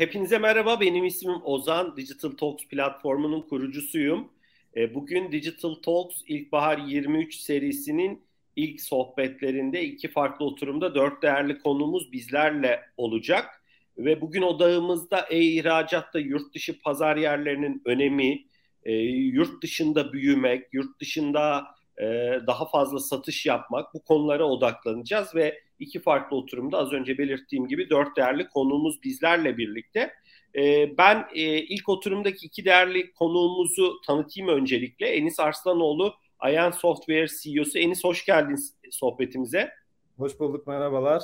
Hepinize merhaba, benim ismim Ozan. Digital Talks platformunun kurucusuyum. Bugün Digital Talks İlkbahar 23 serisinin ilk sohbetlerinde iki farklı oturumda dört değerli konuğumuz bizlerle olacak. Ve bugün odağımızda e-ihracatta yurt dışı pazar yerlerinin önemi, yurt dışında büyümek, yurt dışında daha fazla satış yapmak, bu konulara odaklanacağız ve iki farklı oturumda az önce belirttiğim gibi dört değerli konuğumuz bizlerle birlikte. Ben ilk oturumdaki iki değerli konuğumuzu tanıtayım öncelikle. Enis Arslanoğlu, Ayan Software CEO'su. Enis, hoş geldin sohbetimize. Hoş bulduk, merhabalar.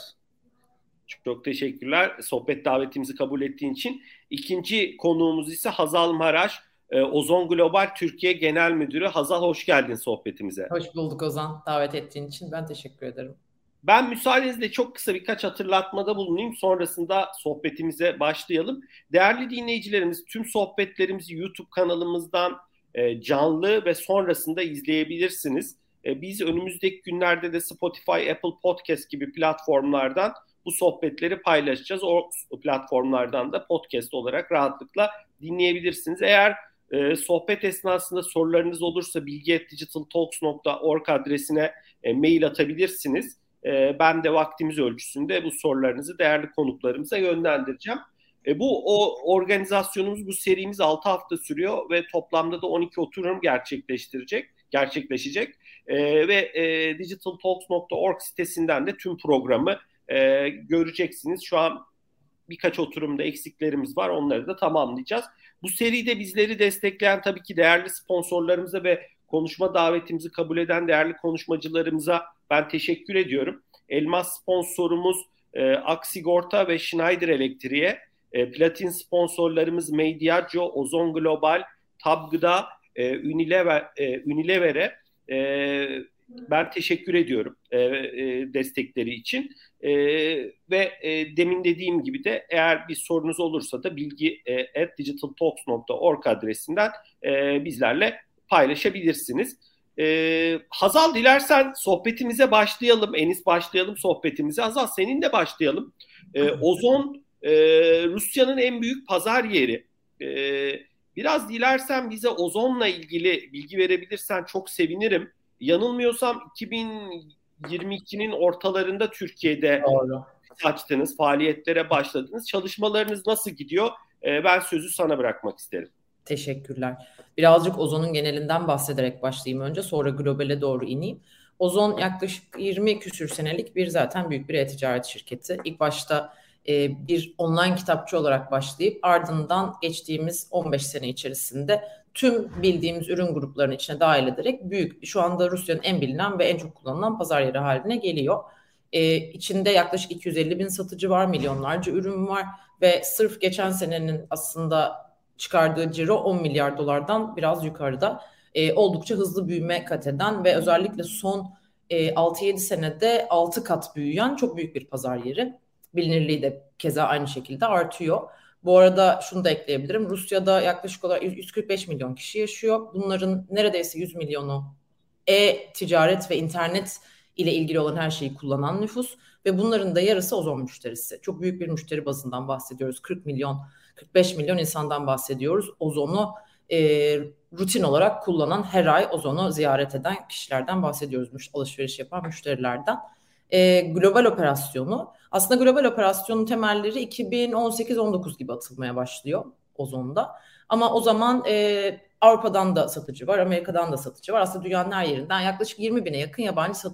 Çok teşekkürler sohbet davetimizi kabul ettiğin için. İkinci konuğumuz ise Hazal Maraş, Ozon Global Türkiye Genel Müdürü. Hazal, hoş geldin sohbetimize. Hoş bulduk Ozan. Davet ettiğin için ben teşekkür ederim. Ben müsaadenizle çok kısa birkaç hatırlatmada bulunayım. Sonrasında sohbetimize başlayalım. Değerli dinleyicilerimiz, tüm sohbetlerimizi YouTube kanalımızdan canlı ve sonrasında izleyebilirsiniz. Biz önümüzdeki günlerde de Spotify, Apple Podcast gibi platformlardan bu sohbetleri paylaşacağız. O platformlardan da podcast olarak rahatlıkla dinleyebilirsiniz. Eğer sohbet esnasında sorularınız olursa bilgi@digitaltalks.org adresine mail atabilirsiniz. Ben de vaktimiz ölçüsünde bu sorularınızı değerli konuklarımıza yönlendireceğim. Bu organizasyonumuz, bu serimiz 6 hafta sürüyor ve toplamda da 12 oturum gerçekleşecek. Ve digitaltalks.org sitesinden de tüm programı göreceksiniz. Şu an birkaç oturumda eksiklerimiz var, onları da tamamlayacağız. Bu seride bizleri destekleyen tabii ki değerli sponsorlarımıza ve konuşma davetimizi kabul eden değerli konuşmacılarımıza ben teşekkür ediyorum. Elmas sponsorumuz Aksigorta ve Schneider Elektriğe, platin sponsorlarımız Mediaggio, Ozon Global, Tabgıda, Unilever'e ben teşekkür ediyorum destekleri için. Ve demin dediğim gibi de eğer bir sorunuz olursa da bilgi@digitaltalks.org adresinden bizlerle paylaşabilirsiniz. Hazal, dilersen sohbetimize başlayalım. Enis, başlayalım sohbetimize. Hazal, seninle başlayalım. Ozon Rusya'nın en büyük pazar yeri. Biraz dilersen bize Ozon'la ilgili bilgi verebilirsen çok sevinirim. Yanılmıyorsam 2022'nin ortalarında Türkiye'de açtınız, faaliyetlere başladınız. Çalışmalarınız nasıl gidiyor? Ben sözü sana bırakmak isterim. Teşekkürler. Birazcık Ozon'un genelinden bahsederek başlayayım önce, sonra globale doğru ineyim. Ozon yaklaşık 20 küsür senelik zaten büyük bir e-ticaret şirketi. İlk başta bir online kitapçı olarak başlayıp ardından geçtiğimiz 15 sene içerisinde tüm bildiğimiz ürün gruplarının içine dahil ederek şu anda Rusya'nın en bilinen ve en çok kullanılan pazar yeri haline geliyor. İçinde yaklaşık 250 bin satıcı var, milyonlarca ürün var ve sırf geçen senenin aslında çıkardığı ciro 10 milyar dolardan biraz yukarıda. Oldukça hızlı büyüme kat eden ve özellikle son 6-7 senede 6 kat büyüyen çok büyük bir pazar yeri. Bilinirliği de keza aynı şekilde artıyor. Bu arada şunu da ekleyebilirim. Rusya'da yaklaşık olarak 145 milyon kişi yaşıyor. Bunların neredeyse 100 milyonu e-ticaret ve internet ile ilgili olan her şeyi kullanan nüfus ve bunların da yarısı Ozon müşterisi. Çok büyük bir müşteri bazından bahsediyoruz. 40 milyon, 45 milyon insandan bahsediyoruz. Ozon'u rutin olarak kullanan, her ay Ozon'u ziyaret eden kişilerden bahsediyoruz. Alışveriş yapan müşterilerden. Global operasyonu. Aslında global operasyonun temelleri 2018-19 gibi atılmaya başlıyor Ozon'da. Ama o zaman Avrupa'dan da satıcı var, Amerika'dan da satıcı var. Aslında dünyanın her yerinden yaklaşık 20 bine yakın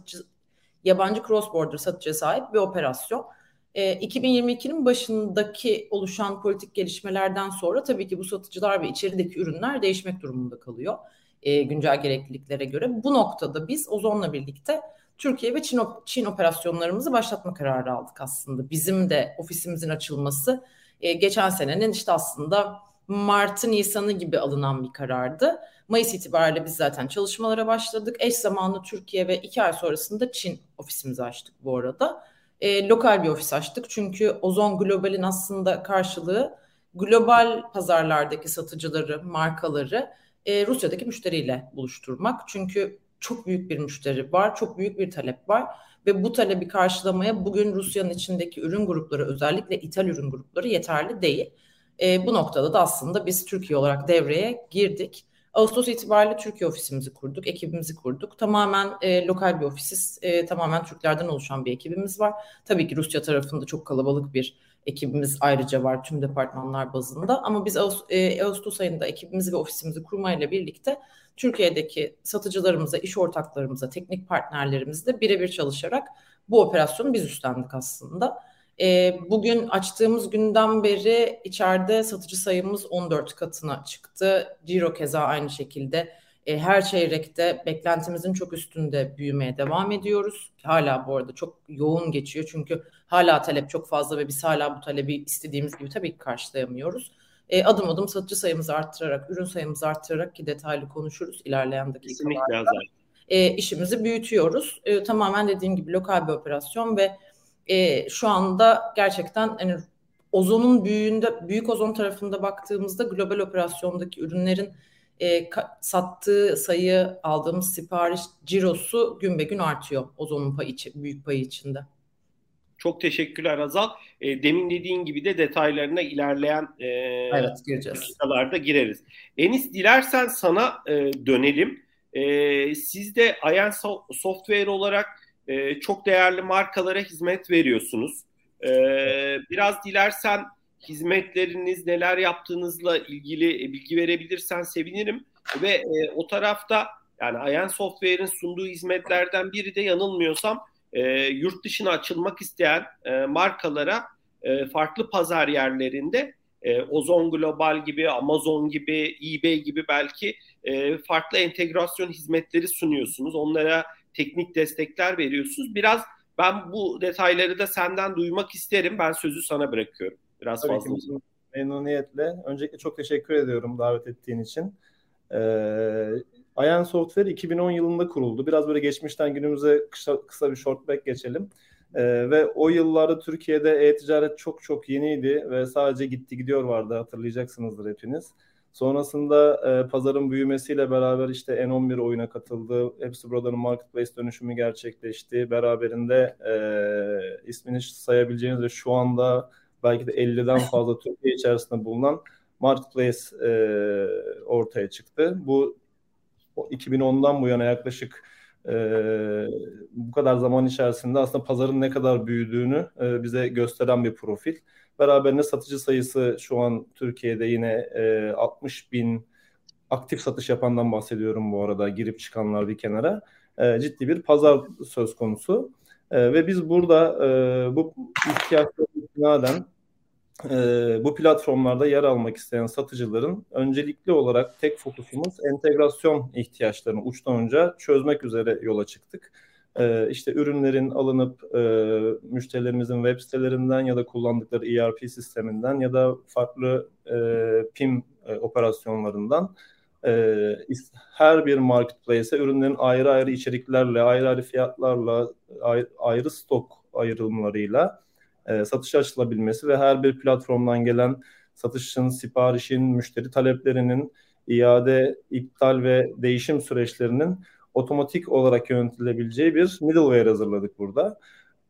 yabancı cross border satıcıya sahip bir operasyon. 2022'nin başındaki oluşan politik gelişmelerden sonra tabii ki bu satıcılar ve içerideki ürünler değişmek durumunda kalıyor güncel gerekliliklere göre. Bu noktada biz Ozon'la birlikte Türkiye ve Çin operasyonlarımızı başlatma kararı aldık aslında. Bizim de ofisimizin açılması geçen senenin aslında Mart'ı, Nisan'ı gibi alınan bir karardı. Mayıs itibariyle biz zaten çalışmalara başladık. Eş zamanlı Türkiye ve 2 ay sonrasında Çin ofisimizi açtık bu arada. Lokal bir ofis açtık çünkü Ozon Global'in aslında karşılığı global pazarlardaki satıcıları, markaları Rusya'daki müşteriyle buluşturmak. Çünkü çok büyük bir müşteri var, çok büyük bir talep var ve bu talebi karşılamaya bugün Rusya'nın içindeki ürün grupları, özellikle ithal ürün grupları yeterli değil. Bu noktada da aslında biz Türkiye olarak devreye girdik. Ağustos itibariyle Türkiye ofisimizi kurduk, ekibimizi kurduk. Tamamen lokal bir ofisiz, tamamen Türklerden oluşan bir ekibimiz var. Tabii ki Rusya tarafında çok kalabalık bir ekibimiz ayrıca var tüm departmanlar bazında. Ama biz Ağustos ayında ekibimizi ve ofisimizi kurmayla birlikte Türkiye'deki satıcılarımıza, iş ortaklarımıza, teknik partnerlerimizle birebir çalışarak bu operasyonu biz üstlendik aslında. Bugün açtığımız günden beri içeride satıcı sayımız 14 katına çıktı. Ciro keza aynı şekilde. Her çeyrekte beklentimizin çok üstünde büyümeye devam ediyoruz. Hala bu arada çok yoğun geçiyor çünkü hala talep çok fazla ve biz hala bu talebi istediğimiz gibi tabii ki karşılayamıyoruz. Adım adım satıcı sayımızı arttırarak, ürün sayımızı arttırarak ki detaylı konuşuruz ilerleyen dakikalarda. İşimizi büyütüyoruz. Tamamen dediğim gibi lokal bir operasyon ve şu anda gerçekten hani Ozon'un büyük Ozon tarafında baktığımızda global operasyondaki ürünlerin sattığı sayı, aldığımız sipariş cirosu gün be gün artıyor Ozon'un büyük payı içinde. Çok teşekkürler Hazal. Demin dediğin gibi de detaylarına ilerleyen evet, dakikalarda gireriz. Enis, dilersen sana dönelim. Siz de Ayen Software olarak çok değerli markalara hizmet veriyorsunuz. Biraz dilersen hizmetleriniz, neler yaptığınızla ilgili bilgi verebilirsen sevinirim. Ve o tarafta yani Ayen Software'in sunduğu hizmetlerden biri de yanılmıyorsam yurt dışına açılmak isteyen markalara farklı pazar yerlerinde Ozon Global gibi, Amazon gibi, eBay gibi belki farklı entegrasyon hizmetleri sunuyorsunuz. Onlara teknik destekler veriyorsunuz. Biraz ben bu detayları da senden duymak isterim. Ben sözü sana bırakıyorum. Biraz Tabii fazla. ki memnuniyetle. Öncelikle çok teşekkür ediyorum davet ettiğin için. Ayen Software 2010 yılında kuruldu. Biraz böyle geçmişten günümüze kısa bir shortback geçelim. Ve o yıllarda Türkiye'de e-ticaret çok çok yeniydi ve sadece gitti gidiyor vardı, hatırlayacaksınızdır hepiniz. Sonrasında pazarın büyümesiyle beraber işte N11 oyuna katıldı. Hepsi buraların marketplace dönüşümü gerçekleşti. Beraberinde ismini sayabileceğiniz ve şu anda belki de 50'den fazla Türkiye içerisinde bulunan marketplace ortaya çıktı. Bu 2010'dan bu yana yaklaşık bu kadar zaman içerisinde aslında pazarın ne kadar büyüdüğünü bize gösteren bir profil. Beraberinde satıcı sayısı şu an Türkiye'de yine 60 bin aktif satış yapandan bahsediyorum bu arada, girip çıkanlar bir kenara. Ciddi bir pazar söz konusu. Ve biz burada bu ihtiyaçları istinaden bu platformlarda yer almak isteyen satıcıların öncelikli olarak tek fokusumuz entegrasyon ihtiyaçlarını uçtan uca çözmek üzere yola çıktık. İşte ürünlerin alınıp müşterilerimizin web sitelerinden ya da kullandıkları ERP sisteminden ya da farklı PIM operasyonlarından her bir marketplace'e ürünlerin ayrı ayrı içeriklerle, ayrı ayrı fiyatlarla, ayrı stok ayrılımlarıyla satışa açılabilmesi ve her bir platformdan gelen satışın, siparişin, müşteri taleplerinin, iade, iptal ve değişim süreçlerinin otomatik olarak yönetilebileceği bir middleware hazırladık burada.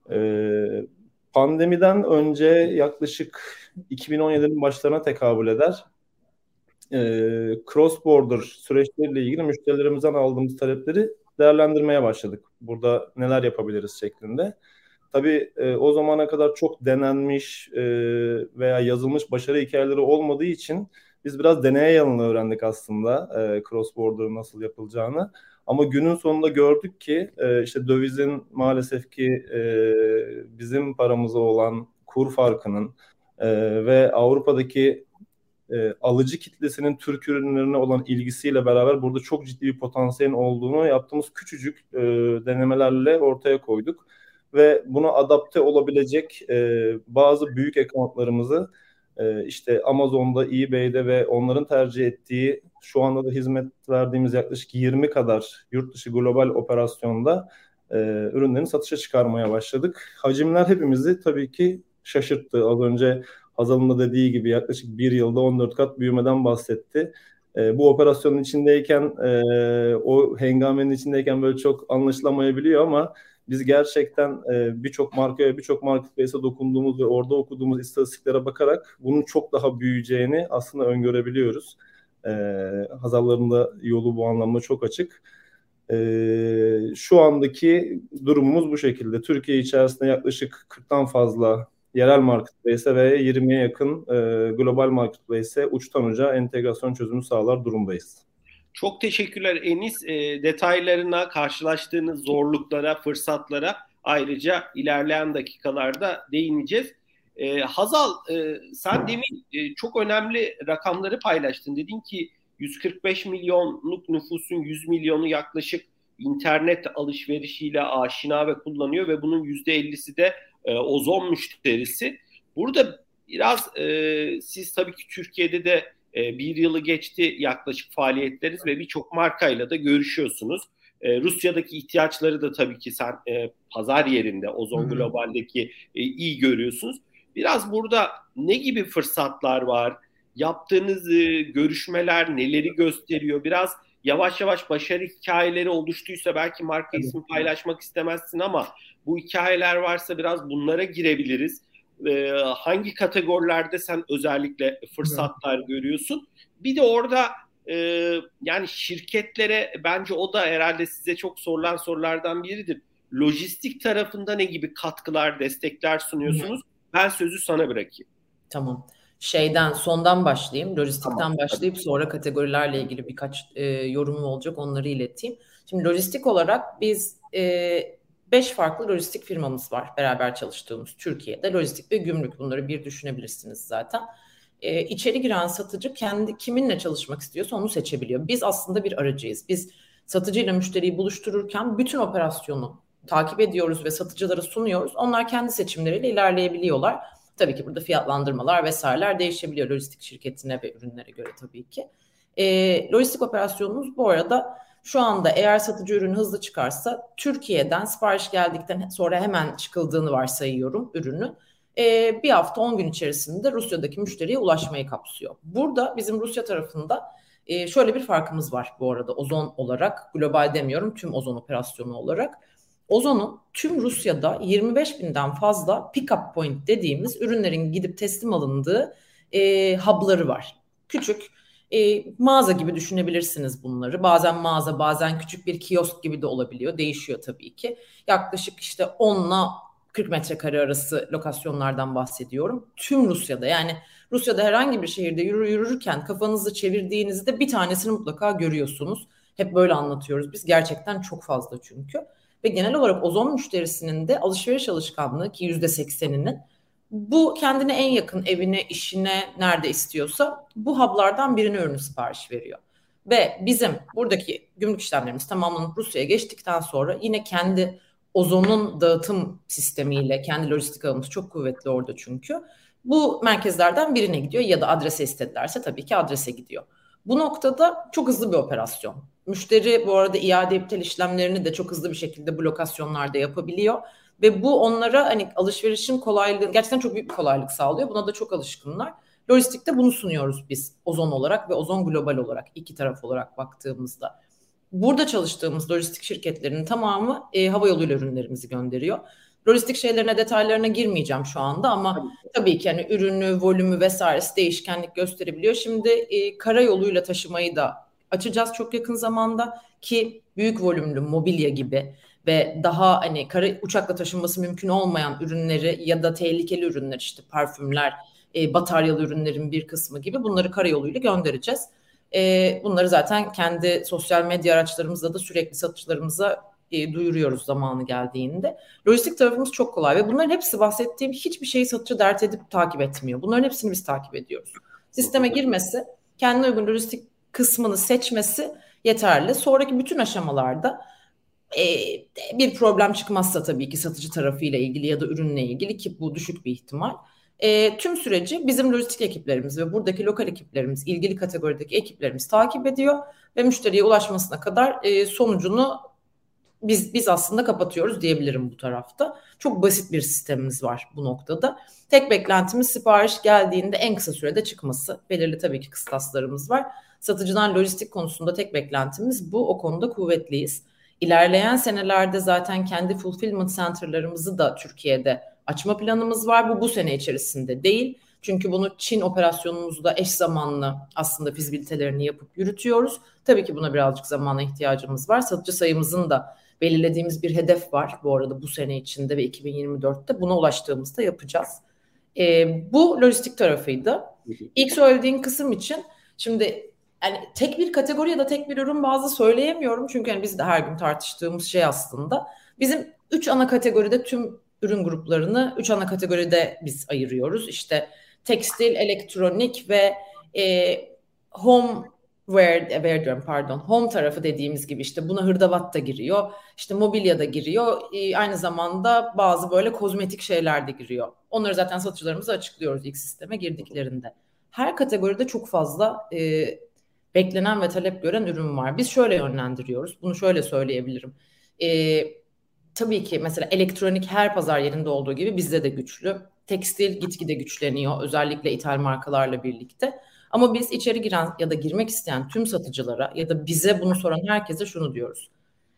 Pandemiden önce yaklaşık 2017'nin başlarına tekabül eder. Cross-border süreçleriyle ilgili müşterilerimizden aldığımız talepleri değerlendirmeye başladık. Burada neler yapabiliriz şeklinde. Tabii o zamana kadar çok denenmiş veya yazılmış başarı hikayeleri olmadığı için biz biraz deneye yanıla öğrendik aslında cross-border nasıl yapılacağını. Ama günün sonunda gördük ki işte dövizin maalesef ki bizim paramıza olan kur farkının ve Avrupa'daki alıcı kitlesinin Türk ürünlerine olan ilgisiyle beraber burada çok ciddi bir potansiyelin olduğunu yaptığımız küçücük denemelerle ortaya koyduk. Ve buna adapte olabilecek bazı büyük accountlarımızı işte Amazon'da, eBay'de ve onların tercih ettiği şu anda da hizmet verdiğimiz yaklaşık 20 kadar yurt dışı global operasyonda ürünlerini satışa çıkarmaya başladık. Hacimler hepimizi tabii ki şaşırttı. Az önce Hazal'ın da dediği gibi yaklaşık bir yılda 14 kat büyümeden bahsetti. Bu operasyonun içindeyken, o hengamenin içindeyken böyle çok anlaşılamayabiliyor ama biz gerçekten birçok markaya, birçok marketplace'e dokunduğumuz ve orada okuduğumuz istatistiklere bakarak bunun çok daha büyüyeceğini aslında öngörebiliyoruz. Hazal'ların da yolu bu anlamda çok açık. Şu andaki durumumuz bu şekilde. Türkiye içerisinde yaklaşık 40'tan fazla yerel marketplace'e ve 20'ye yakın global marketplace'e uçtan uca entegrasyon çözümü sağlar durumdayız. Çok teşekkürler Enis. Detaylarına, karşılaştığınız zorluklara, fırsatlara ayrıca ilerleyen dakikalarda değineceğiz. Hazal, sen demin çok önemli rakamları paylaştın. Dedin ki 145 milyonluk nüfusun 100 milyonu yaklaşık internet alışverişiyle aşina ve kullanıyor ve bunun %50'si de Ozon müşterisi. Burada biraz siz tabii ki Türkiye'de de bir yılı geçti yaklaşık faaliyetleriniz ve birçok markayla da görüşüyorsunuz. Rusya'daki ihtiyaçları da tabii ki sen pazar yerinde Ozon Global'deki iyi görüyorsunuz. Biraz burada ne gibi fırsatlar var? Yaptığınız görüşmeler neleri gösteriyor? Biraz yavaş yavaş başarı hikayeleri oluştuysa belki marka ismi paylaşmak istemezsin ama bu hikayeler varsa biraz bunlara girebiliriz. Hangi kategorilerde sen özellikle fırsatlar görüyorsun? Bir de orada yani şirketlere bence o da herhalde size çok sorulan sorulardan biridir. Lojistik tarafında ne gibi katkılar, destekler sunuyorsunuz? Ben sözü sana bırakayım. Tamam. Sondan başlayayım. Lojistikten başlayıp sonra kategorilerle ilgili birkaç yorumum olacak. Onları ileteyim. Şimdi lojistik olarak biz 5 farklı lojistik firmamız var beraber çalıştığımız Türkiye'de. Lojistik ve gümrük, bunları bir düşünebilirsiniz zaten. İçeri giren satıcı kendi kiminle çalışmak istiyorsa onu seçebiliyor. Biz aslında bir aracıyız. Biz satıcıyla müşteriyi buluştururken bütün operasyonu takip ediyoruz ve satıcılara sunuyoruz. Onlar kendi seçimleriyle ilerleyebiliyorlar. Tabii ki burada fiyatlandırmalar vesaireler değişebiliyor lojistik şirketine ve ürünlere göre tabii ki. Lojistik operasyonumuz bu arada şu anda eğer satıcı ürünü hızlı çıkarsa Türkiye'den sipariş geldikten sonra hemen çıkıldığını varsayıyorum ürünün. Bir hafta 10 gün içerisinde Rusya'daki müşteriye ulaşmayı kapsıyor. Burada bizim Rusya tarafında şöyle bir farkımız var bu arada Ozon olarak, global demiyorum, tüm Ozon operasyonu olarak. Ozon'un tüm Rusya'da 25.000'den fazla pick-up point dediğimiz ürünlerin gidip teslim alındığı hub'ları var. Küçük mağaza gibi düşünebilirsiniz bunları. Bazen mağaza, bazen küçük bir kiosk gibi de olabiliyor. Değişiyor tabii ki. Yaklaşık işte 10 ile 40 metrekare arası lokasyonlardan bahsediyorum. Tüm Rusya'da, yani Rusya'da herhangi bir şehirde yürürken kafanızı çevirdiğinizde bir tanesini mutlaka görüyorsunuz. Hep böyle anlatıyoruz biz. Gerçekten çok fazla çünkü. Ve genel olarak Ozon müşterisinin de alışveriş alışkanlığı ki %80'inin bu kendine en yakın evine, işine nerede istiyorsa bu hub'lardan birine ürünü sipariş veriyor. Ve bizim buradaki gümrük işlemlerimiz tamamlanıp Rusya'ya geçtikten sonra yine kendi Ozon'un dağıtım sistemiyle, kendi lojistik ağımız çok kuvvetli orada çünkü. Bu merkezlerden birine gidiyor ya da adrese istedilerse tabii ki adrese gidiyor. Bu noktada çok hızlı bir operasyon. Müşteri bu arada iade iptal işlemlerini de çok hızlı bir şekilde bu lokasyonlarda yapabiliyor. Ve bu onlara hani alışverişin kolaylığı, gerçekten çok büyük bir kolaylık sağlıyor. Buna da çok alışkınlar. Lojistikte bunu sunuyoruz biz Ozon olarak ve Ozon Global olarak, iki taraf olarak baktığımızda. Burada çalıştığımız lojistik şirketlerinin tamamı havayoluyla ürünlerimizi gönderiyor. Lojistik şeylerine, detaylarına girmeyeceğim şu anda ama tabii ki hani ürünü, volümü vesairesi değişkenlik gösterebiliyor. Şimdi karayoluyla taşımayı da açacağız çok yakın zamanda ki büyük volümlü mobilya gibi ve daha hani uçakla taşınması mümkün olmayan ürünleri ya da tehlikeli ürünler, işte parfümler, bataryalı ürünlerin bir kısmı gibi bunları karayoluyla göndereceğiz. Bunları zaten kendi sosyal medya araçlarımızda da sürekli satıcılarımıza duyuruyoruz zamanı geldiğinde. Lojistik tarafımız çok kolay ve bunların hepsi, bahsettiğim hiçbir şeyi satıcı dert edip takip etmiyor. Bunların hepsini biz takip ediyoruz. Sisteme girmesi, kendine uygun lojistik kısmını seçmesi yeterli. Sonraki bütün aşamalarda bir problem çıkmazsa tabii ki satıcı tarafıyla ilgili ya da ürünle ilgili, ki bu düşük bir ihtimal. Tüm süreci bizim lojistik ekiplerimiz ve buradaki lokal ekiplerimiz, ilgili kategorideki ekiplerimiz takip ediyor ve müşteriye ulaşmasına kadar sonucunu biz aslında kapatıyoruz diyebilirim bu tarafta. Çok basit bir sistemimiz var bu noktada. Tek beklentimiz sipariş geldiğinde en kısa sürede çıkması. Belirli tabii ki kıstaslarımız var. Satıcıdan lojistik konusunda tek beklentimiz bu. O konuda kuvvetliyiz. İlerleyen senelerde zaten kendi fulfillment center'larımızı da Türkiye'de açma planımız var. Bu sene içerisinde değil. Çünkü bunu Çin operasyonumuzda eş zamanlı aslında fizibilitelerini yapıp yürütüyoruz. Tabii ki buna birazcık zamana ihtiyacımız var. Satıcı sayımızın da belirlediğimiz bir hedef var bu arada bu sene içinde ve 2024'te buna ulaştığımızda yapacağız. Bu lojistik tarafıydı. İlk söylediğin kısım için şimdi yani tek bir kategori ya da tek bir ürün bazlı söyleyemiyorum. Çünkü yani biz de her gün tartıştığımız şey aslında. Bizim 3 ana kategoride tüm ürün gruplarını 3 ana kategoride biz ayırıyoruz. İşte tekstil, elektronik ve home diyorum pardon. Home tarafı dediğimiz gibi işte buna hırdavat da giriyor. İşte mobilya da giriyor. Aynı zamanda bazı böyle kozmetik şeyler de giriyor. Onları zaten satıcılarımıza açıklıyoruz ilk sisteme girdiklerinde. Her kategoride çok fazla beklenen ve talep gören ürün var. Biz şöyle yönlendiriyoruz. Bunu şöyle söyleyebilirim. Tabii ki mesela elektronik her pazar yerinde olduğu gibi bizde de güçlü. Tekstil gitgide güçleniyor. Özellikle ithal markalarla birlikte. Ama biz içeri giren ya da girmek isteyen tüm satıcılara ya da bize bunu soran herkese şunu diyoruz.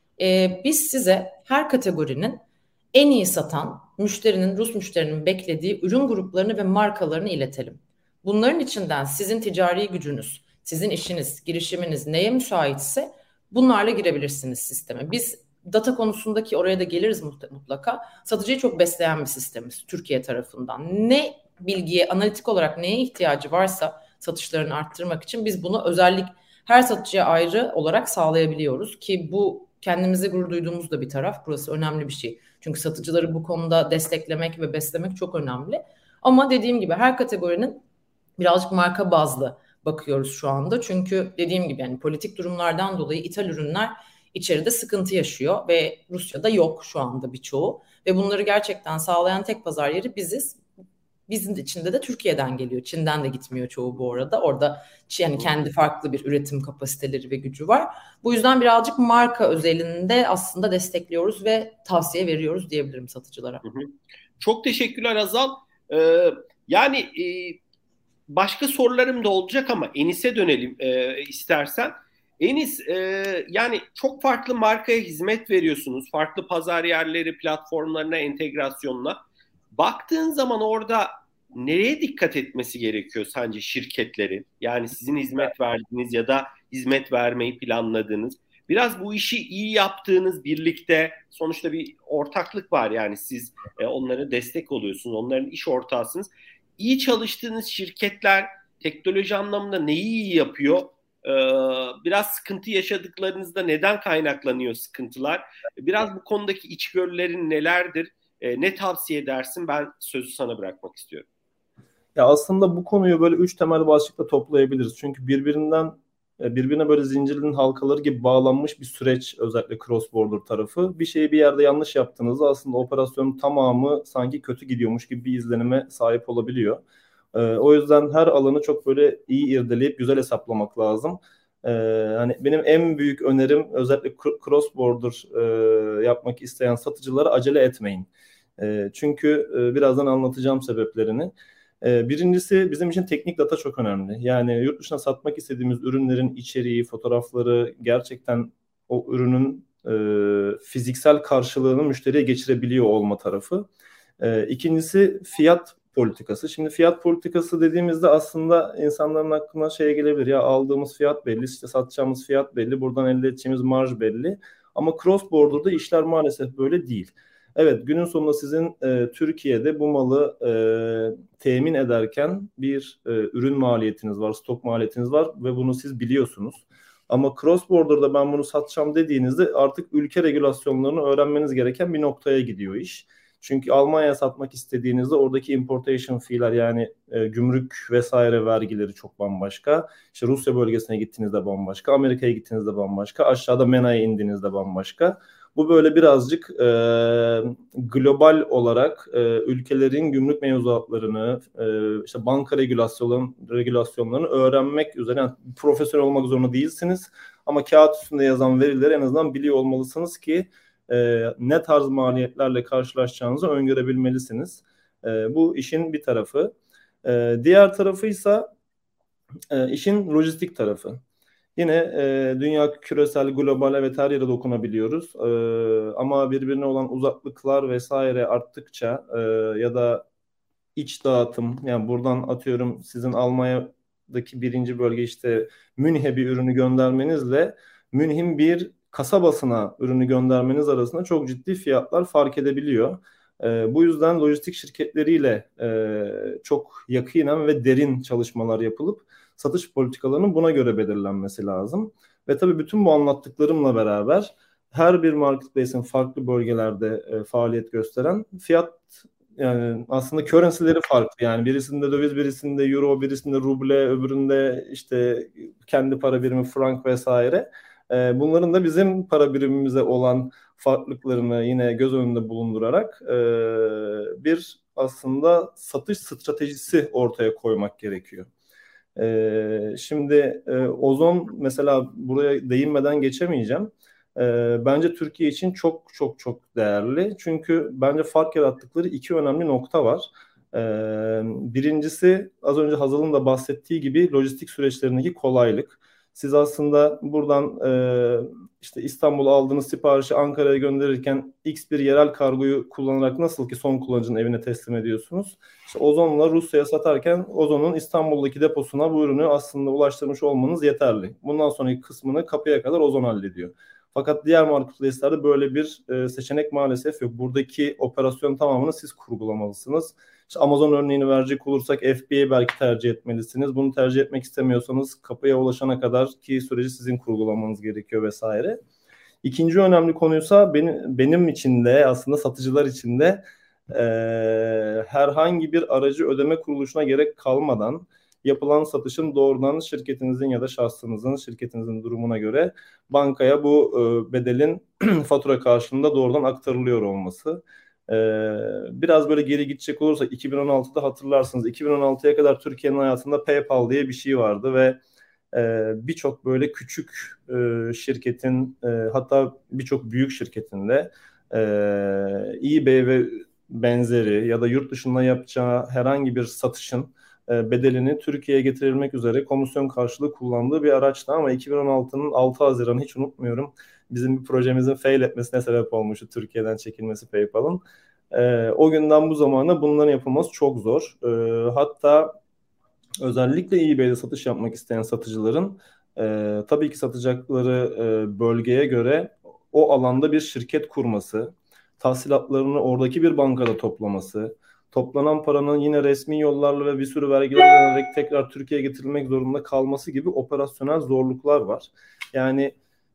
Biz size her kategorinin en iyi satan Rus müşterinin beklediği ürün gruplarını ve markalarını iletelim. Bunların içinden sizin ticari gücünüz, sizin işiniz, girişiminiz neye müsaitse bunlarla girebilirsiniz sisteme. Biz data konusundaki oraya da geliriz mutlaka. Satıcıyı çok besleyen bir sistemiz Türkiye tarafından. Ne bilgiye, analitik olarak neye ihtiyacı varsa satışlarını arttırmak için biz bunu her satıcıya ayrı olarak sağlayabiliyoruz ki bu kendimize gurur duyduğumuz da bir taraf. Burası önemli bir şey. Çünkü satıcıları bu konuda desteklemek ve beslemek çok önemli. Ama dediğim gibi her kategorinin birazcık marka bazlı bakıyoruz şu anda. Çünkü dediğim gibi yani politik durumlardan dolayı ithal ürünler içeride sıkıntı yaşıyor ve Rusya'da yok şu anda birçoğu. Ve bunları gerçekten sağlayan tek pazar yeri biziz. Bizim içinde de Türkiye'den geliyor. Çin'den de gitmiyor çoğu bu arada. Orada yani kendi farklı bir üretim kapasiteleri ve gücü var. Bu yüzden birazcık marka özelinde aslında destekliyoruz ve tavsiye veriyoruz diyebilirim satıcılara. Çok teşekkürler Azal. Yani başka sorularım da olacak ama Enis'e dönelim istersen. Enis, yani çok farklı markaya hizmet veriyorsunuz. Farklı pazar yerleri, platformlarına, entegrasyonuna. Baktığın zaman orada nereye dikkat etmesi gerekiyor sence şirketlerin? Yani sizin hizmet verdiğiniz ya da hizmet vermeyi planladığınız. Biraz bu işi iyi yaptığınız birlikte sonuçta bir ortaklık var. Yani siz onlara destek oluyorsunuz. Onların iş ortağısınız. İyi çalıştığınız şirketler teknoloji anlamında neyi iyi yapıyor? Biraz sıkıntı yaşadıklarınızda neden kaynaklanıyor sıkıntılar? Biraz bu konudaki içgörülerin nelerdir? Ne tavsiye edersin? Ben sözü sana bırakmak istiyorum. Ya aslında bu konuyu böyle 3 temel başlıkla toplayabiliriz. Çünkü birbirine böyle zincirlerin halkaları gibi bağlanmış bir süreç, özellikle cross border tarafı. Bir şeyi bir yerde yanlış yaptığınızda aslında operasyonun tamamı sanki kötü gidiyormuş gibi bir izlenime sahip olabiliyor. O yüzden her alanı çok böyle iyi irdeleyip güzel hesaplamak lazım. Hani benim en büyük önerim özellikle cross border yapmak isteyen satıcılara acele etmeyin. Çünkü birazdan anlatacağım sebeplerini. Birincisi bizim için teknik data çok önemli. Yani yurt dışına satmak istediğimiz ürünlerin içeriği, fotoğrafları gerçekten o ürünün fiziksel karşılığını müşteriye geçirebiliyor olma tarafı. İkincisi fiyat politikası. Şimdi fiyat politikası dediğimizde aslında insanların aklına şey gelebilir. Ya aldığımız fiyat belli, işte satacağımız fiyat belli, buradan elde edeceğimiz marj belli. Ama cross border'da işler maalesef böyle değil. Evet, günün sonunda sizin Türkiye'de bu malı temin ederken bir ürün maliyetiniz var, stok maliyetiniz var ve bunu siz biliyorsunuz. Ama cross border'da ben bunu satacağım dediğinizde artık ülke regülasyonlarını öğrenmeniz gereken bir noktaya gidiyor iş. Çünkü Almanya'ya satmak istediğinizde oradaki importation fee'ler yani gümrük vesaire vergileri çok bambaşka. İşte Rusya bölgesine gittiğinizde bambaşka, Amerika'ya gittiğinizde bambaşka, aşağıda MENA'ya indiğinizde bambaşka. Bu böyle birazcık global olarak ülkelerin gümrük mevzuatlarını, işte banka regülasyonlarını öğrenmek üzere, yani profesyonel olmak zorunda değilsiniz. Ama kağıt üstünde yazan verileri en azından biliyor olmalısınız ki ne tarz maliyetlerle karşılaşacağınızı öngörebilmelisiniz. Bu işin bir tarafı. Diğer tarafıysa işin lojistik tarafı. Yine dünya küresel, global, evet her yere dokunabiliyoruz. Ama birbirine olan uzaklıklar vesaire arttıkça ya da iç dağıtım, yani buradan atıyorum sizin Almanya'daki birinci bölge işte Münih'e bir ürünü göndermenizle Münih'in bir kasabasına ürünü göndermeniz arasında çok ciddi fiyatlar fark edebiliyor. Bu yüzden lojistik şirketleriyle çok yakinen ve derin çalışmalar yapılıp satış politikalarının buna göre belirlenmesi lazım. Ve tabii bütün bu anlattıklarımla beraber her bir marketplace'in farklı bölgelerde faaliyet gösteren fiyat, yani aslında currency'leri farklı. Yani birisinde döviz, birisinde euro, birisinde ruble, öbüründe işte kendi para birimi frank vesaire. Bunların da bizim para birimimize olan farklılıklarını yine göz önünde bulundurarak bir aslında satış stratejisi ortaya koymak gerekiyor. Şimdi Ozon mesela, buraya değinmeden geçemeyeceğim. Bence Türkiye için çok çok çok değerli. Çünkü bence fark yarattıkları iki önemli nokta var. Birincisi, az önce Hazal'ın da bahsettiği gibi lojistik süreçlerindeki kolaylık. Siz aslında buradan işte İstanbul'a aldığınız siparişi Ankara'ya gönderirken X bir yerel kargoyu kullanarak nasıl ki son kullanıcının evine teslim ediyorsunuz. İşte Ozon'la Rusya'ya satarken Ozon'un İstanbul'daki deposuna bu ürünü aslında ulaştırmış olmanız yeterli. Bundan sonraki kısmını kapıya kadar Ozon hallediyor. Fakat diğer marketplace'lerde böyle bir seçenek maalesef yok. Buradaki operasyon tamamını siz kurgulamalısınız. İşte Amazon örneğini verecek olursak FBA belki tercih etmelisiniz. Bunu tercih etmek istemiyorsanız kapıya ulaşana kadar ki süreci sizin kurgulamanız gerekiyor vesaire. İkinci önemli konuysa benim için de aslında satıcılar için de herhangi bir aracı ödeme kuruluşuna gerek kalmadan yapılan satışın doğrudan şirketinizin ya da şahsınızın, şirketinizin durumuna göre bankaya bu bedelin fatura karşılığında doğrudan aktarılıyor olması. Biraz böyle geri gidecek olursak 2016'da hatırlarsınız, 2016'ya kadar Türkiye'nin hayatında PayPal diye bir şey vardı ve birçok böyle küçük şirketin, hatta birçok büyük şirketin de eBay ve benzeri ya da yurt dışında yapacağı herhangi bir satışın bedelini Türkiye'ye getirilmek üzere komisyon karşılığı kullandığı bir araçtı. Ama 2016'nın 6 Haziran'ı hiç unutmuyorum. Bizim bir projemizin fail etmesine sebep olmuştu, Türkiye'den çekilmesi PayPal'ın. O günden bu zamana bunların yapılması çok zor. Hatta özellikle eBay'de satış yapmak isteyen satıcıların tabii ki satacakları bölgeye göre o alanda bir şirket kurması, tahsilatlarını oradaki bir bankada toplaması, toplanan paranın yine resmi yollarla ve bir sürü vergiler ödenerek tekrar Türkiye'ye getirilmek zorunda kalması gibi operasyonel zorluklar var. Yani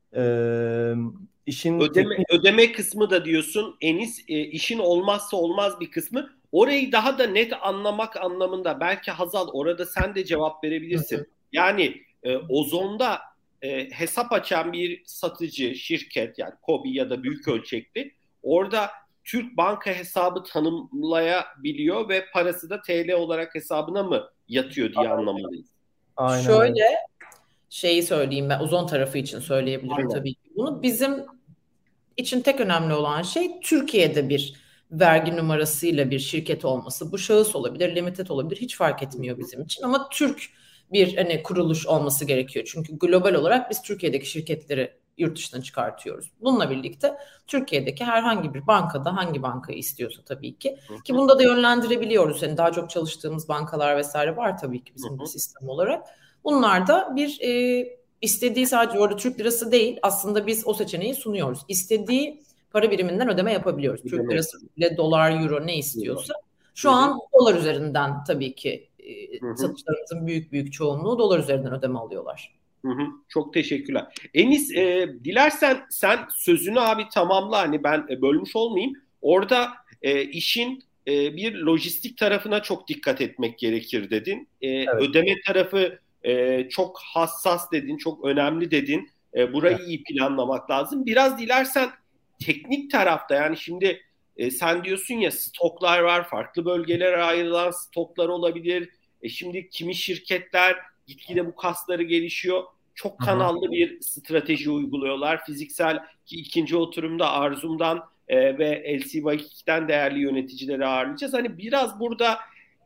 işin ödeme kısmı da diyorsun Enis, işin olmazsa olmaz bir kısmı. Orayı daha da net anlamak anlamında belki Hazal orada sen de cevap verebilirsin. Yani Ozon'da hesap açan bir satıcı şirket, yani KOBİ ya da büyük ölçekli, orada Türk banka hesabı tanımlayabiliyor ve parası da TL olarak hesabına mı yatıyor diye anlamalıyız. Aynen. Şöyle şeyi söyleyeyim, ben Ozon tarafı için söyleyebilirim. Aynen. Tabii ki. Bunu bizim için tek önemli olan şey Türkiye'de bir vergi numarasıyla bir şirket olması. Bu şahıs olabilir, limited olabilir, hiç fark etmiyor bizim için. Ama Türk bir kuruluş olması gerekiyor. Çünkü global olarak biz Türkiye'deki şirketleri yurt dışına çıkartıyoruz. Bununla birlikte Türkiye'deki herhangi bir bankada hangi bankayı istiyorsa tabii ki bunda da yönlendirebiliyoruz. Yani daha çok çalıştığımız bankalar vesaire var tabii ki bizim de sistem olarak. Bunlar da bir istediği sadece orada Türk lirası değil, aslında biz o seçeneği sunuyoruz. İstediği para biriminden ödeme yapabiliyoruz. Türk lirası ile dolar, euro ne istiyorsa. Şu an dolar üzerinden tabii ki satışlarımızın büyük çoğunluğu dolar üzerinden ödeme alıyorlar. Çok teşekkürler. Enis, dilersen sen sözünü abi tamamla, hani ben bölmüş olmayayım. Orada işin bir lojistik tarafına çok dikkat etmek gerekir dedin. Evet. Ödeme tarafı çok hassas dedin, çok önemli dedin. Burayı iyi planlamak lazım. Biraz dilersen teknik tarafta, yani şimdi sen diyorsun ya, stoklar var, farklı bölgelere ayrılan stoklar olabilir. Şimdi kimi şirketler gitgide bu kasları gelişiyor. Çok kanallı bir strateji uyguluyorlar. Fiziksel, ki ikinci oturumda Arzum'dan ve LC2'den değerli yöneticileri ağırlayacağız. Hani biraz burada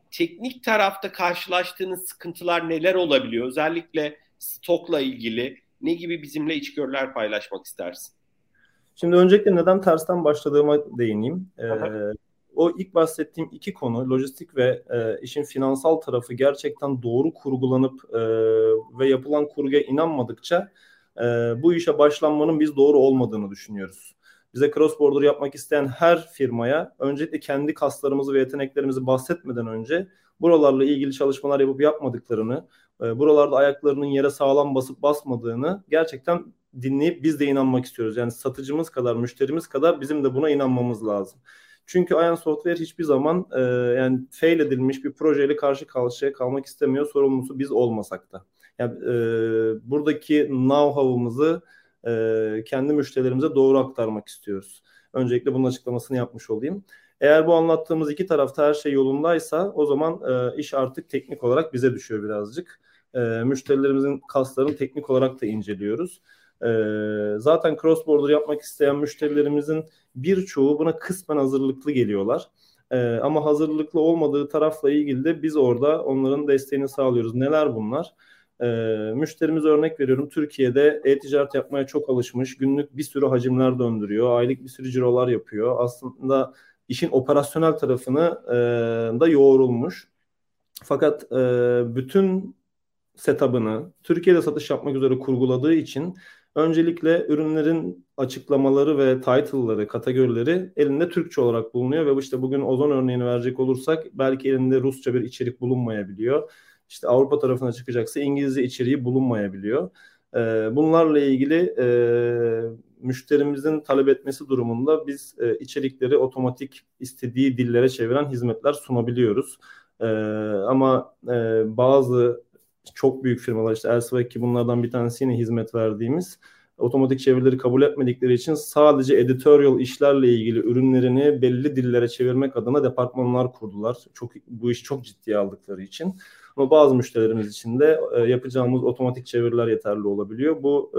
teknik tarafta karşılaştığınız sıkıntılar neler olabiliyor? Özellikle stokla ilgili Ne gibi bizimle içgörüler paylaşmak istersin? Şimdi öncelikle neden tersten başladığıma değineyim. Aha. O ilk bahsettiğim iki konu, lojistik ve işin finansal tarafı gerçekten doğru kurgulanıp ve yapılan kurguya inanmadıkça bu işe başlanmanın biz doğru olmadığını düşünüyoruz. Bize cross border yapmak isteyen her firmaya öncelikle kendi kaslarımızı ve yeteneklerimizi bahsetmeden önce buralarla ilgili çalışmalar yapıp yapmadıklarını, buralarda ayaklarının yere sağlam basıp basmadığını gerçekten dinleyip biz de inanmak istiyoruz. Yani satıcımız kadar, müşterimiz kadar bizim de buna inanmamız lazım. Çünkü Ion Software hiçbir zaman yani fail edilmiş bir projeyle karşı karşıya kalmak istemiyor. Sorumlusu biz olmasak da. Yani buradaki know-how'ımızı kendi müşterilerimize doğru aktarmak istiyoruz. Öncelikle bunun açıklamasını yapmış olayım. Eğer bu anlattığımız iki tarafta her şey yolundaysa o zaman iş artık teknik olarak bize düşüyor birazcık. Müşterilerimizin kaslarını teknik olarak da inceliyoruz. Zaten cross border yapmak isteyen müşterilerimizin birçoğu buna kısmen hazırlıklı geliyorlar. Ama hazırlıklı olmadığı tarafla ilgili de biz orada onların desteğini sağlıyoruz. Neler bunlar? Müşterimize örnek veriyorum. Türkiye'de e-ticaret yapmaya çok alışmış. Günlük bir sürü hacimler döndürüyor. Aylık bir sürü cirolar yapıyor. Aslında işin operasyonel tarafını da yoğrulmuş. Fakat bütün setup'ını Türkiye'de satış yapmak üzere kurguladığı için öncelikle ürünlerin açıklamaları ve title'ları, kategorileri elinde Türkçe olarak bulunuyor ve işte bugün Ozon örneğini verecek olursak belki elinde Rusça bir içerik bulunmayabiliyor. İşte Avrupa tarafına çıkacaksa İngilizce içeriği bulunmayabiliyor. Bunlarla ilgili müşterimizin talep etmesi durumunda biz içerikleri otomatik istediği dillere çeviren hizmetler sunabiliyoruz. Ama bazı çok büyük firmalar işte Elsewek ki bunlardan bir tanesi yine hizmet verdiğimiz otomatik çevirileri kabul etmedikleri için sadece editorial işlerle ilgili ürünlerini belli dillere çevirmek adına departmanlar kurdular. Bu işi çok ciddiye aldıkları için. Ama bazı müşterilerimiz için de yapacağımız otomatik çeviriler yeterli olabiliyor. Bu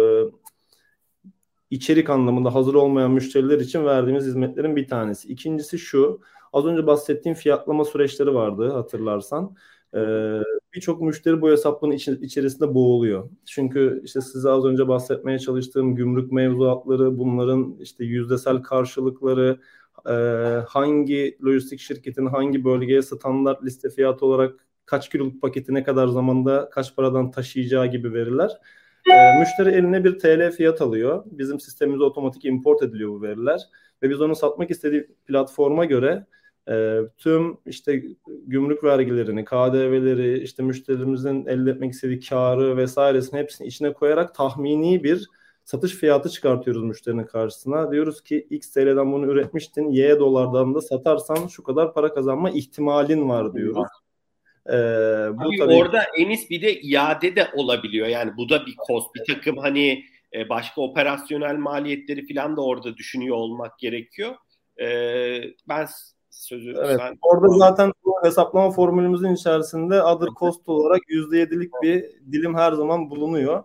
içerik anlamında hazır olmayan müşteriler için verdiğimiz hizmetlerin bir tanesi. İkincisi şu, az önce bahsettiğim fiyatlama süreçleri vardı hatırlarsan. Birçok müşteri bu hesaplığın içerisinde boğuluyor. Çünkü işte size az önce bahsetmeye çalıştığım gümrük mevzuatları, bunların işte yüzdesel karşılıkları, hangi lojistik şirketin hangi bölgeye standart liste fiyatı olarak kaç kiloluk paketi ne kadar zamanda kaç paradan taşıyacağı gibi veriler. Müşteri eline bir TL fiyat alıyor. Bizim sistemimize otomatik import ediliyor bu veriler. Ve biz onu satmak istediği platforma göre tüm işte gümrük vergilerini, KDV'leri, işte müşterimizin elde etmek istediği karı vesairesini hepsini içine koyarak tahmini bir satış fiyatı çıkartıyoruz müşterinin karşısına. Diyoruz ki X TL'den bunu üretmiştin, Y dolardan da satarsan şu kadar para kazanma ihtimalin var diyoruz. Bu tabii orada Enis bir de iade de olabiliyor. Yani bu da bir cost. Bir takım hani başka operasyonel maliyetleri falan da orada düşünüyor olmak gerekiyor. Ben sözü sen... Orada zaten bu hesaplama formülümüzün içerisinde other cost olarak %7'lik bir dilim her zaman bulunuyor.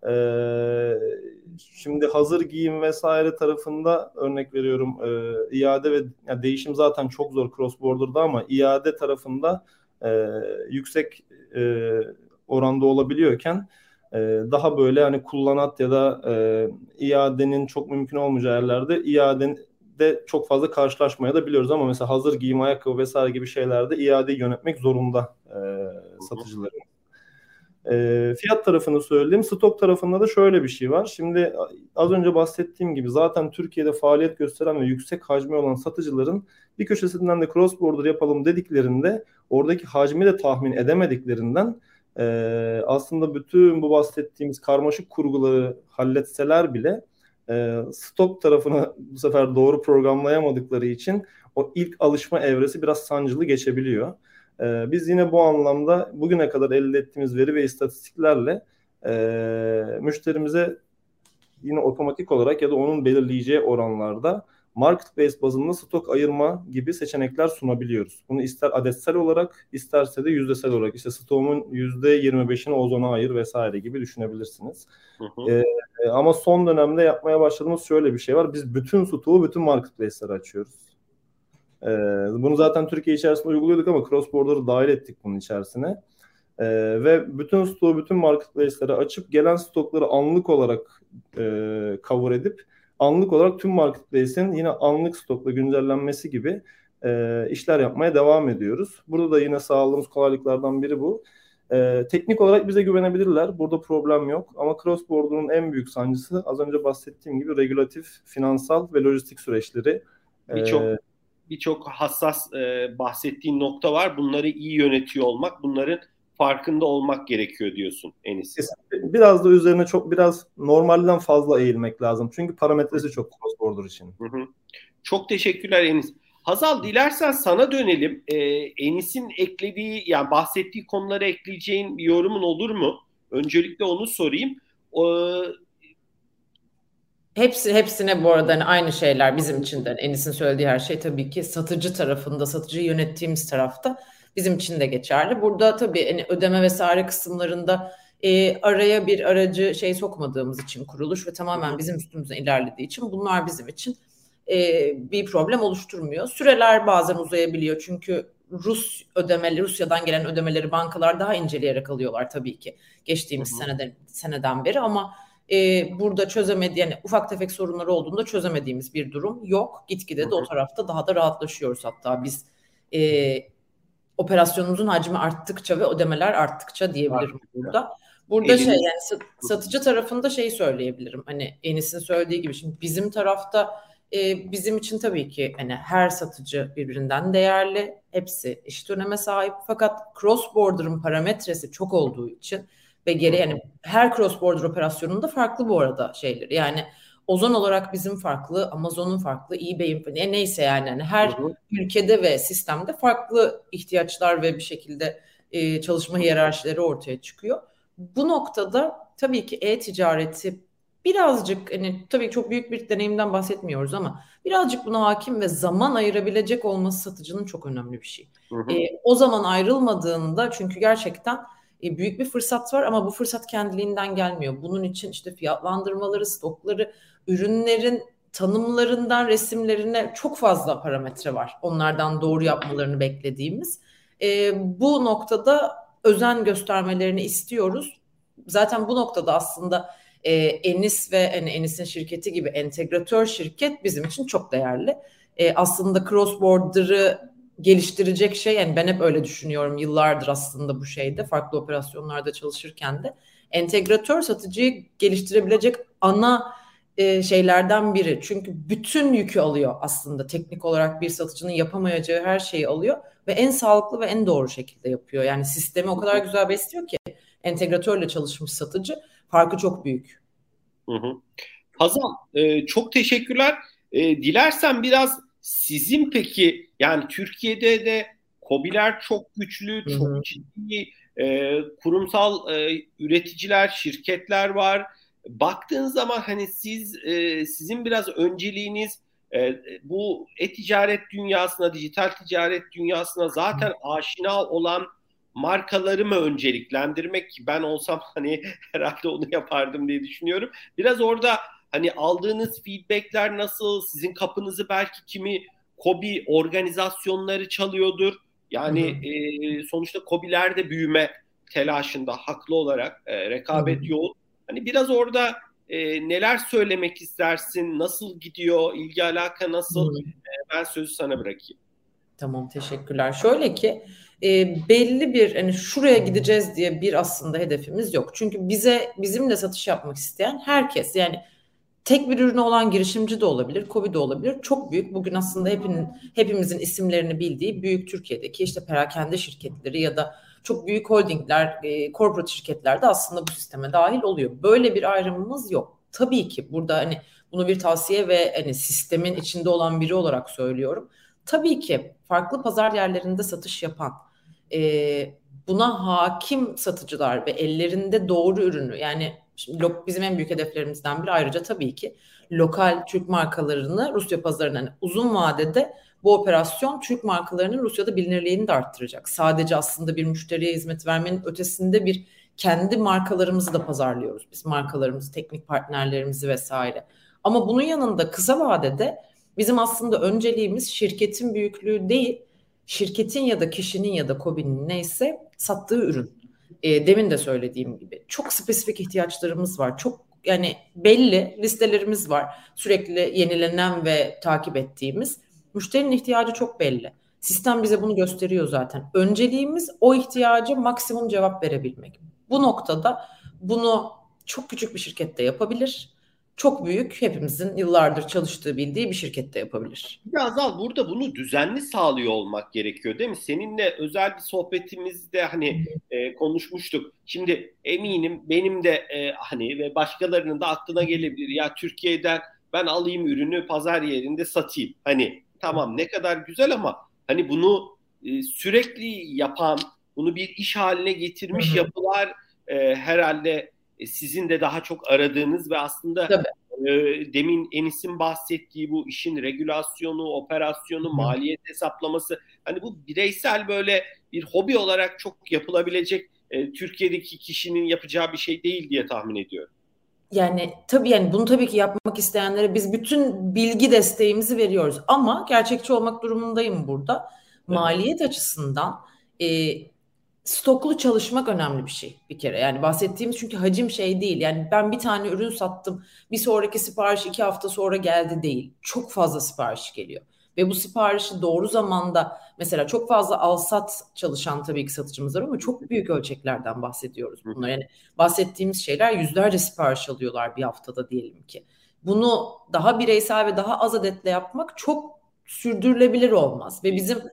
Şimdi hazır giyim vesaire tarafında örnek veriyorum iade ve yani değişim zaten çok zor cross border'da ama iade tarafında yüksek oranda olabiliyorken daha böyle hani kullanat ya da iadenin çok mümkün olmayacağı yerlerde de çok fazla karşılaşmaya da biliyoruz ama mesela hazır giyim, ayakkabı vesaire gibi şeylerde iadeyi yönetmek zorunda satıcıların. Fiyat tarafını söyleyeyim. Stok tarafında da şöyle bir şey var. Şimdi az önce bahsettiğim gibi zaten Türkiye'de faaliyet gösteren ve yüksek hacmi olan satıcıların bir köşesinden de cross border yapalım dediklerinde oradaki hacmi de tahmin edemediklerinden aslında bütün bu bahsettiğimiz karmaşık kurguları halletseler bile stok tarafını bu sefer doğru programlayamadıkları için o ilk alışma evresi biraz sancılı geçebiliyor. Biz yine bu anlamda bugüne kadar elde ettiğimiz veri ve istatistiklerle müşterimize yine otomatik olarak ya da onun belirleyeceği oranlarda marketplace bazında stok ayırma gibi seçenekler sunabiliyoruz. Bunu ister adetsel olarak isterse de yüzdesel olarak işte stoğumun %25'ini Ozon'a ayır vesaire gibi düşünebilirsiniz. Ama son dönemde yapmaya başladığımız şöyle bir şey var. Biz bütün stoğu bütün marketplace'lere açıyoruz. Bunu zaten Türkiye içerisinde uyguluyorduk ama cross border'ı dahil ettik bunun içerisine. Ve bütün stoğu, bütün marketplace'lere açıp gelen stokları anlık olarak cover edip anlık olarak tüm marketplace'in yine anlık stokla güncellenmesi gibi işler yapmaya devam ediyoruz. Burada da yine sağladığımız kolaylıklardan biri bu. Teknik olarak bize güvenebilirler. Burada problem yok. Ama cross border'ın en büyük sancısı az önce bahsettiğim gibi regülatif, finansal ve lojistik süreçleri. Birçok hassas bahsettiğin nokta var. Bunları iyi yönetiyor olmak, bunların farkında olmak gerekiyor diyorsun Enis. Biraz da üzerine biraz normalden fazla eğilmek lazım. Çünkü parametresi çok cross border için. Çok teşekkürler Enis. Hazal, dilersen sana dönelim. Enis'in eklediği, yani bahsettiği konulara ekleyeceğin bir yorumun olur mu? Öncelikle onu sorayım. Hepsine bu arada aynı şeyler bizim için de. Enis'in söylediği her şey tabii ki satıcı tarafında, satıcıyı yönettiğimiz tarafta bizim için de geçerli. Burada tabii ödeme vesaire kısımlarında araya bir aracı sokmadığımız için kuruluş ve tamamen bizim üstümüze ilerlediği için bunlar bizim için bir problem oluşturmuyor. Süreler bazen uzayabiliyor çünkü Rusya'dan gelen ödemeleri bankalar daha inceleyerek alıyorlar tabii ki geçtiğimiz seneden beri, ama burada yani ufak tefek sorunları olduğunda çözemediğimiz bir durum yok. Gitgide de o tarafta daha da rahatlaşıyoruz. Hatta biz operasyonumuzun hacmi arttıkça ve ödemeler arttıkça diyebilirim burada. Burada yani satıcı tarafında söyleyebilirim. Hani Enis'in söylediği gibi şimdi bizim tarafta bizim için tabii ki hani her satıcı birbirinden değerli. Hepsi eşit öneme sahip. Fakat cross border'ın parametresi çok olduğu için ve yani her cross border operasyonunda farklı bu arada şeyleri. Yani Ozon olarak bizim farklı, Amazon'un farklı, eBay'in neyse yani her ülkede ve sistemde farklı ihtiyaçlar ve bir şekilde çalışma hiyerarşileri ortaya çıkıyor. Bu noktada tabii ki e-ticareti birazcık tabii çok büyük bir deneyimden bahsetmiyoruz ama birazcık buna hakim ve zaman ayırabilecek olması satıcının çok önemli bir şey. O zaman ayrılmadığında çünkü gerçekten büyük bir fırsat var ama bu fırsat kendiliğinden gelmiyor. Bunun için fiyatlandırmaları, stokları, ürünlerin tanımlarından resimlerine çok fazla parametre var. Onlardan doğru yapmalarını beklediğimiz. Bu noktada özen göstermelerini istiyoruz. Zaten bu noktada aslında Enis ve Enis'in şirketi gibi entegratör şirket bizim için çok değerli. Aslında cross border'ı geliştirecek yani ben hep öyle düşünüyorum yıllardır aslında bu farklı operasyonlarda çalışırken de entegratör satıcıyı geliştirebilecek ana şeylerden biri. Çünkü bütün yükü alıyor aslında, teknik olarak bir satıcının yapamayacağı her şeyi alıyor ve en sağlıklı ve en doğru şekilde yapıyor. Yani sistemi o kadar güzel besliyor ki entegratörle çalışmış satıcı farkı çok büyük. Hazal, çok teşekkürler. Dilersen biraz sizin peki, yani Türkiye'de de KOBİ'ler çok güçlü, çok ciddi kurumsal üreticiler, şirketler var. Baktığın zaman hani sizin biraz önceliğiniz bu e-ticaret dünyasına, dijital ticaret dünyasına zaten aşina olan markaları mı önceliklendirmek, ki ben olsam hani herhalde onu yapardım diye düşünüyorum. Biraz orada hani aldığınız feedbackler nasıl? Sizin kapınızı belki kimi KOBİ organizasyonları çalıyordur. Yani sonuçta KOBİ'ler de büyüme telaşında haklı olarak rekabet yoğun. Hani biraz orada neler söylemek istersin? Nasıl gidiyor? İlgi alaka nasıl? Ben sözü sana bırakayım. Tamam, teşekkürler. Şöyle ki belli bir şuraya gideceğiz diye bir aslında hedefimiz yok. Çünkü bizimle satış yapmak isteyen herkes, yani tek bir ürünü olan girişimci de olabilir, KOBİ de olabilir. Çok büyük, bugün aslında hepimizin isimlerini bildiği büyük Türkiye'deki perakende şirketleri ya da çok büyük holdingler, corporate şirketler de aslında bu sisteme dahil oluyor. Böyle bir ayrımımız yok. Tabii ki burada bunu bir tavsiye ve sistemin içinde olan biri olarak söylüyorum. Tabii ki farklı pazar yerlerinde satış yapan, buna hakim satıcılar ve ellerinde doğru ürünü, yani şimdi bizim en büyük hedeflerimizden biri ayrıca tabii ki lokal Türk markalarını Rusya pazarına uzun vadede bu operasyon Türk markalarının Rusya'da bilinirliğini de arttıracak. Sadece aslında bir müşteriye hizmet vermenin ötesinde bir kendi markalarımızı da pazarlıyoruz. Biz markalarımızı, teknik partnerlerimizi vesaire. Ama bunun yanında kısa vadede bizim aslında önceliğimiz şirketin büyüklüğü değil, şirketin ya da kişinin ya da KOBİ'nin neyse sattığı ürün. demin de söylediğim gibi çok spesifik ihtiyaçlarımız var. Çok yani belli listelerimiz var. Sürekli yenilenen ve takip ettiğimiz. Müşterinin ihtiyacı çok belli. Sistem bize bunu gösteriyor zaten. Önceliğimiz o ihtiyaca maksimum cevap verebilmek. Bu noktada bunu çok küçük bir şirkette yapabilir. Çok büyük, hepimizin yıllardır çalıştığı bildiği bir şirkette yapabilir. Biraz daha burada bunu düzenli sağlıyor olmak gerekiyor, değil mi? Seninle özel bir sohbetimizde hani konuşmuştuk. Şimdi eminim benim de hani ve başkalarının da aklına gelebilir. Ya Türkiye'den ben alayım ürünü pazar yerinde satayım. Hani tamam ne kadar güzel ama hani bunu sürekli yapan, bunu bir iş haline getirmiş yapılar herhalde sizin de daha çok aradığınız ve aslında Tabii. demin Enis'in bahsettiği bu işin regülasyonu, operasyonu, maliyet hesaplaması, hani bu bireysel böyle bir hobi olarak çok yapılabilecek Türkiye'deki kişinin yapacağı bir şey değil diye tahmin ediyorum. Yani tabii yani bunu tabii ki yapmak isteyenlere biz bütün bilgi desteğimizi veriyoruz ama gerçekçi olmak durumundayım burada. Maliyet açısından stoklu çalışmak önemli bir şey bir kere. Yani bahsettiğimiz çünkü hacim şey değil. Yani ben bir tane ürün sattım. Bir sonraki sipariş 2 hafta sonra geldi değil. Çok fazla sipariş geliyor. Ve bu siparişi doğru zamanda mesela çok fazla al-sat çalışan tabii ki satıcımız var ama çok büyük ölçeklerden bahsediyoruz bunlar. Yani bahsettiğimiz şeyler yüzlerce sipariş alıyorlar bir haftada diyelim ki. Bunu daha bireysel ve daha az adetle yapmak çok sürdürülebilir olmaz. Ve bizim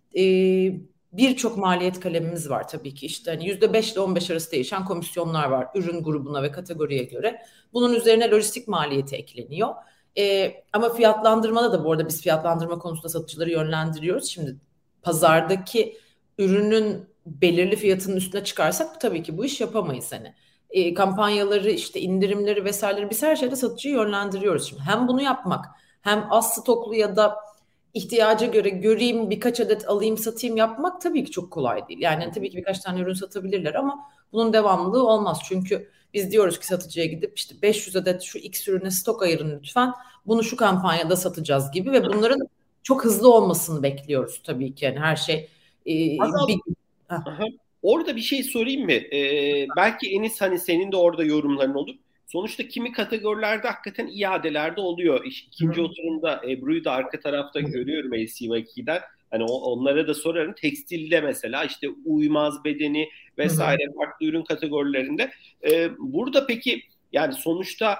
birçok maliyet kalemimiz var tabii ki. İşte hani %5 ile 15 arası değişen komisyonlar var ürün grubuna ve kategoriye göre. Bunun üzerine lojistik maliyeti ekleniyor. Ama fiyatlandırmada da bu arada biz fiyatlandırma konusunda satıcıları yönlendiriyoruz. Şimdi pazardaki ürünün belirli fiyatının üstüne çıkarsak tabii ki bu iş yapamayız hani. Kampanyaları işte indirimleri vesaireleri biz her şeyde satıcıyı yönlendiriyoruz. Şimdi hem bunu yapmak hem az stoklu ya da ihtiyaca göre göreyim birkaç adet alayım satayım yapmak tabii ki çok kolay değil. Yani tabii ki birkaç tane ürün satabilirler ama bunun devamlılığı olmaz. Çünkü biz diyoruz ki satıcıya gidip işte 500 adet şu X ürüne stok ayırın lütfen. Bunu şu kampanyada satacağız gibi ve bunların çok hızlı olmasını bekliyoruz tabii ki. Yani her şey bir... Orada bir şey sorayım mı? Belki Enis hani senin de orada yorumların olur. Sonuçta kimi kategorilerde hakikaten iadelerde oluyor. İkinci oturumda Ebru'yu da arka tarafta görüyorum LCV2'den. Hani onlara da sorarım. Tekstilde mesela işte uymaz bedeni vesaire farklı ürün kategorilerinde. Burada peki yani sonuçta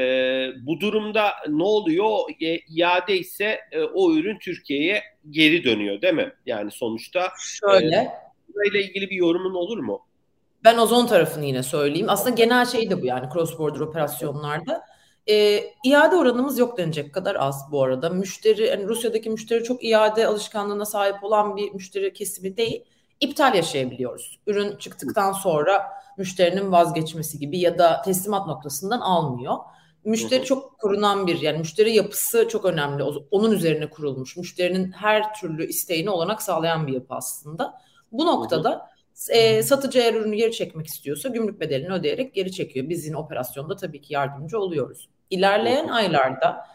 bu durumda ne oluyor? İade ise o ürün Türkiye'ye geri dönüyor değil mi? Yani sonuçta şöyle. Burayla ilgili bir yorumun olur mu? Ben Ozon tarafını yine söyleyeyim. Aslında genel şey de bu yani cross border operasyonlarda. İade oranımız yok denecek kadar az bu arada. Müşteri, yani Rusya'daki müşteri çok iade alışkanlığına sahip olan bir müşteri kesimi değil. İptal yaşayabiliyoruz. Ürün çıktıktan sonra müşterinin vazgeçmesi gibi ya da teslimat noktasından almıyor. Müşteri çok korunan bir yani müşteri yapısı çok önemli. Onun üzerine kurulmuş. Müşterinin her türlü isteğine olanak sağlayan bir yapı aslında. Bu noktada satıcı eğer ürünü geri çekmek istiyorsa gümrük bedelini ödeyerek geri çekiyor. Biz yine operasyonda tabii ki yardımcı oluyoruz. İlerleyen aylarda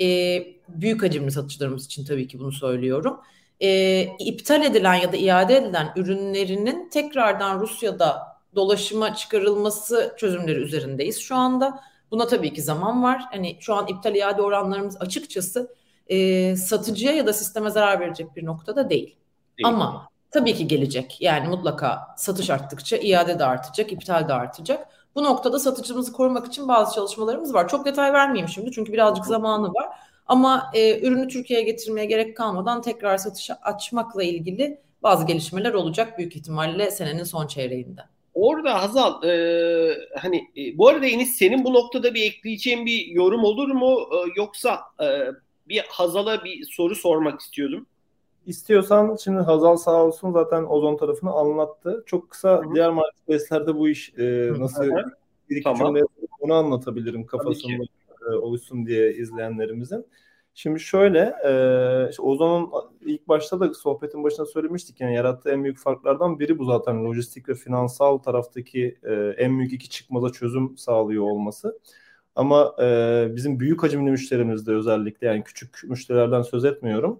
büyük hacimli satıcılarımız için tabii ki bunu söylüyorum. İptal edilen ya da iade edilen ürünlerinin tekrardan Rusya'da dolaşıma çıkarılması çözümleri üzerindeyiz şu anda. Buna tabii ki zaman var. Hani şu an iptal iade oranlarımız açıkçası satıcıya ya da sisteme zarar verecek bir noktada değil. Ama tabii ki gelecek. Yani mutlaka satış arttıkça iade de artacak, iptal de artacak. Bu noktada satıcımızı korumak için bazı çalışmalarımız var. Çok detay vermeyeyim şimdi çünkü birazcık zamanı var. Ama ürünü Türkiye'ye getirmeye gerek kalmadan tekrar satışa açmakla ilgili bazı gelişmeler olacak büyük ihtimalle senenin son çeyreğinde. Orada Hazal hani bu arada Enis senin bu noktada bir ekleyeceğin bir yorum olur mu? Yoksa bir Hazal'a bir soru sormak istiyordum. İstiyorsan şimdi Hazal sağ olsun zaten Ozon tarafını anlattı. Çok kısa diğer marketplace'lerde bu iş nasıl bir iki cümle onu anlatabilirim kafasında oluşsun diye izleyenlerimizin. Şimdi şöyle işte Ozon'un ilk başta da sohbetin başında söylemiştik yani yarattığı en büyük farklardan biri bu zaten lojistik ve finansal taraftaki en büyük iki çıkmaza çözüm sağlıyor olması. Ama bizim büyük hacimli müşterimizde özellikle yani küçük müşterilerden söz etmiyorum.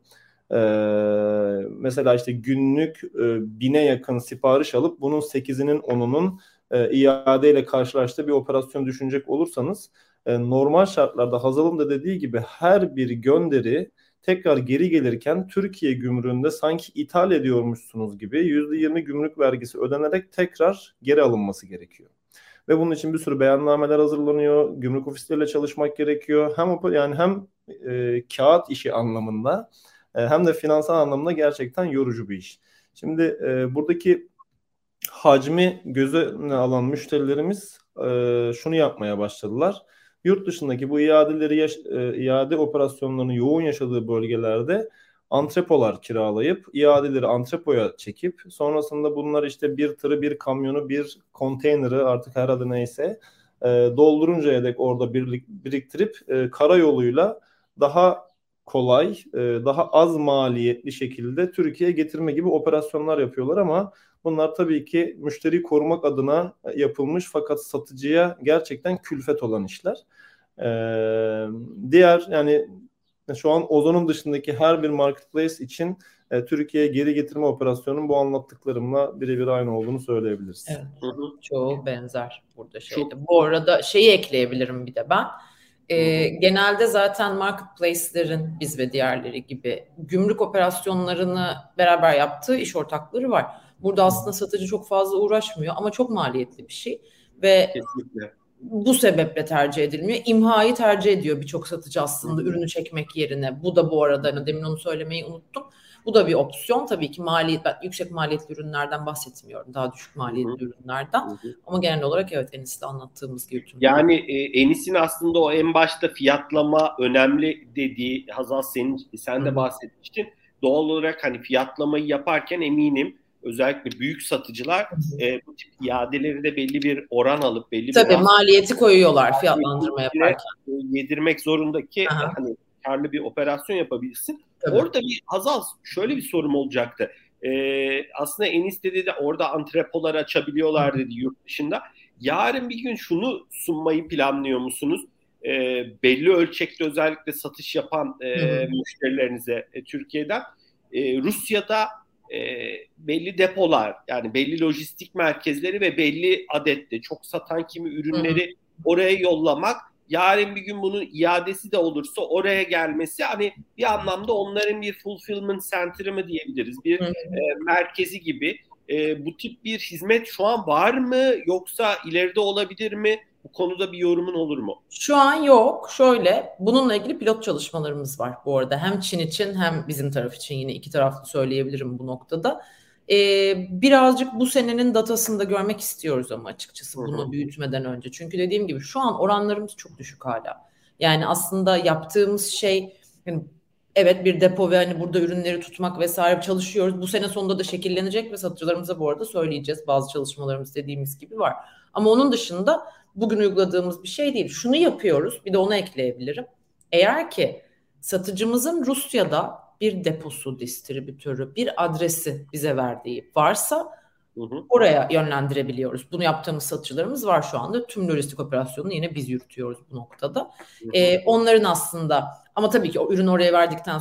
Mesela işte günlük 1000'e yakın sipariş alıp bunun 8'inin 10'unun iadeyle karşılaştığı bir operasyon düşünecek olursanız normal şartlarda Hazal'ın da dediği gibi her bir gönderi tekrar geri gelirken Türkiye gümrüğünde sanki ithal ediyormuşsunuz gibi %20 gümrük vergisi ödenerek tekrar geri alınması gerekiyor. Ve bunun için bir sürü beyannameler hazırlanıyor. Gümrük ofisleriyle çalışmak gerekiyor. Hem kağıt işi anlamında hem de finansal anlamda gerçekten yorucu bir iş. Şimdi buradaki hacmi göze alan müşterilerimiz şunu yapmaya başladılar. Yurt dışındaki bu iade operasyonlarını yoğun yaşadığı bölgelerde antrepolar kiralayıp iadeleri antrepoya çekip sonrasında bunlar işte bir tırı, bir kamyonu, bir konteyneri artık her adı neyse dolduruncaya dek orada biriktirip karayoluyla daha kolay, daha az maliyetli şekilde Türkiye'ye getirme gibi operasyonlar yapıyorlar ama bunlar tabii ki müşteriyi korumak adına yapılmış fakat satıcıya gerçekten külfet olan işler. Diğer yani şu an Ozon'un dışındaki her bir marketplace için Türkiye'ye geri getirme operasyonunun bu anlattıklarımla birebir aynı olduğunu söyleyebiliriz. Evet. Çoğu benzer burada şeyde. Bu arada şeyi ekleyebilirim bir de ben. Genelde zaten marketplace'lerin biz ve diğerleri gibi gümrük operasyonlarını beraber yaptığı iş ortakları var. Burada aslında satıcı çok fazla uğraşmıyor ama çok maliyetli bir şey ve kesinlikle bu sebeple tercih edilmiyor. İmhayı tercih ediyor birçok satıcı aslında ürünü çekmek yerine. Bu da bu arada demin onu söylemeyi unuttum. Bu da bir opsiyon. Tabii ki yüksek maliyetli ürünlerden bahsetmiyorum. Daha düşük maliyetli ürünlerden. Ama genel olarak evet Enis'te anlattığımız gibi. Yani Enis'in aslında o en başta fiyatlama önemli dediği Hazal sen de bahsetmiştin. Doğal olarak hani fiyatlamayı yaparken eminim özellikle büyük satıcılar bu tip iadeleri de belli bir oran alıp belli bir maliyeti koyuyorlar fiyatlandırma yaparken. Yedirmek zorunda ki hani karlı bir operasyon yapabilsin. Tabii. Orada bir Hazal şöyle bir sorum olacaktı. Aslında Enis dedi de orada antrepolar açabiliyorlar dedi yurt dışında. Yarın bir gün şunu sunmayı planlıyor musunuz? Belli ölçekte özellikle satış yapan müşterilerinize Türkiye'den Rusya'da belli depolar yani belli lojistik merkezleri ve belli adette çok satan kimi ürünleri oraya yollamak, yarın bir gün bunun iadesi de olursa oraya gelmesi hani bir anlamda onların bir fulfillment center'ı mı diyebiliriz, bir merkezi gibi. Bu tip bir hizmet şu an var mı yoksa ileride olabilir mi? Bu konuda bir yorumun olur mu? Şu an yok. Şöyle, bununla ilgili pilot çalışmalarımız var bu arada. Hem Çin için hem bizim taraf için, yine iki taraflı söyleyebilirim bu noktada. Birazcık bu senenin datasını da görmek istiyoruz ama açıkçası bunu büyütmeden önce. Çünkü dediğim gibi şu an oranlarımız çok düşük hala. Yani aslında yaptığımız şey yani evet bir depo ve hani burada ürünleri tutmak vesaire çalışıyoruz. Bu sene sonunda da şekillenecek ve satıcılarımıza bu arada söyleyeceğiz. Bazı çalışmalarımız dediğimiz gibi var. Ama onun dışında bugün uyguladığımız bir şey değil. Şunu yapıyoruz, bir de onu ekleyebilirim. Eğer ki satıcımızın Rusya'da bir deposu, distribütörü, bir adresi bize verdiği varsa oraya yönlendirebiliyoruz. Bunu yaptığımız satıcılarımız var şu anda. Tüm lojistik operasyonunu yine biz yürütüyoruz bu noktada. Onların aslında ama tabii ki o ürünü oraya verdikten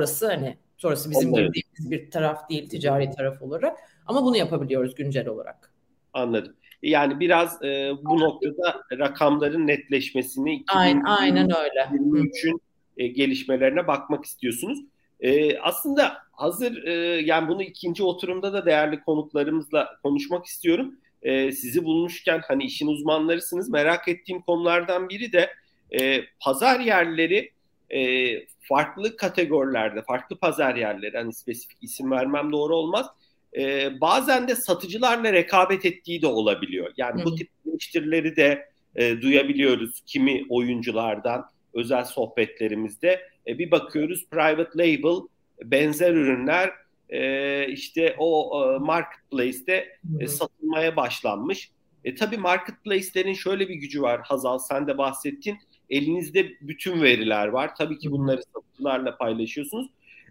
sonrası bizim girdiğimiz bir taraf değil, ticari taraf olarak. Ama bunu yapabiliyoruz güncel olarak. Anladım. Yani biraz bu noktada rakamların netleşmesini aynen öyle. 2023'ün gelişmelerine bakmak istiyorsunuz. Aslında hazır yani bunu ikinci oturumda da değerli konuklarımızla konuşmak istiyorum. Sizi bulmuşken hani işin uzmanlarısınız. Merak ettiğim konulardan biri de pazar yerleri farklı kategorilerde, farklı pazar yerleri, hani spesifik isim vermem doğru olmaz. Bazen de satıcılarla rekabet ettiği de olabiliyor. Yani bu tip eleştirileri de duyabiliyoruz kimi oyunculardan özel sohbetlerimizde. Bir bakıyoruz private label benzer ürünler işte o marketplace'te satılmaya başlanmış. Tabii marketplace'lerin şöyle bir gücü var Hazal, sen de bahsettin. Elinizde bütün veriler var. Tabii ki bunları satıcılarla paylaşıyorsunuz.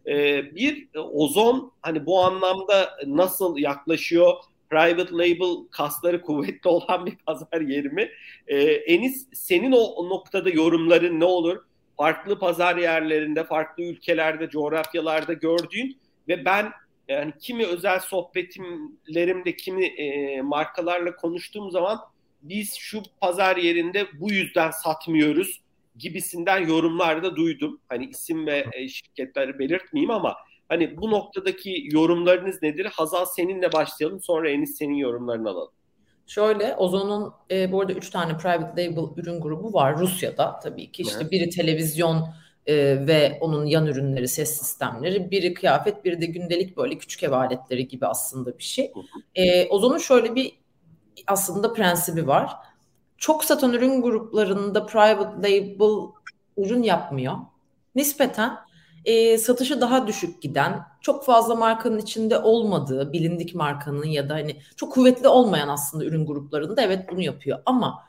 Bir Ozon hani bu anlamda nasıl yaklaşıyor? Private label kasları kuvvetli olan bir pazar yeri mi? Enis, senin o noktada yorumların ne olur? farklı pazar yerlerinde, farklı ülkelerde, coğrafyalarda gördüğün ve ben yani kimi özel sohbetimlerimde, kimi markalarla konuştuğum zaman biz şu pazar yerinde bu yüzden satmıyoruz gibisinden yorumlar da duydum. Hani isim ve şirketleri belirtmeyeyim ama hani bu noktadaki yorumlarınız nedir? Hazal seninle başlayalım, sonra Enis senin yorumlarını alalım. Şöyle, Ozon'un bu arada 3 tane private label ürün grubu var Rusya'da tabii ki. İşte biri televizyon ve onun yan ürünleri, ses sistemleri, biri kıyafet, biri de gündelik böyle küçük ev aletleri gibi aslında bir şey. Ozon'un şöyle bir aslında prensibi var. Çok satan ürün gruplarında private label ürün yapmıyor. Nispeten satışı daha düşük giden, çok fazla markanın içinde olmadığı, bilindik markanın ya da hani çok kuvvetli olmayan aslında ürün gruplarında evet bunu yapıyor. Ama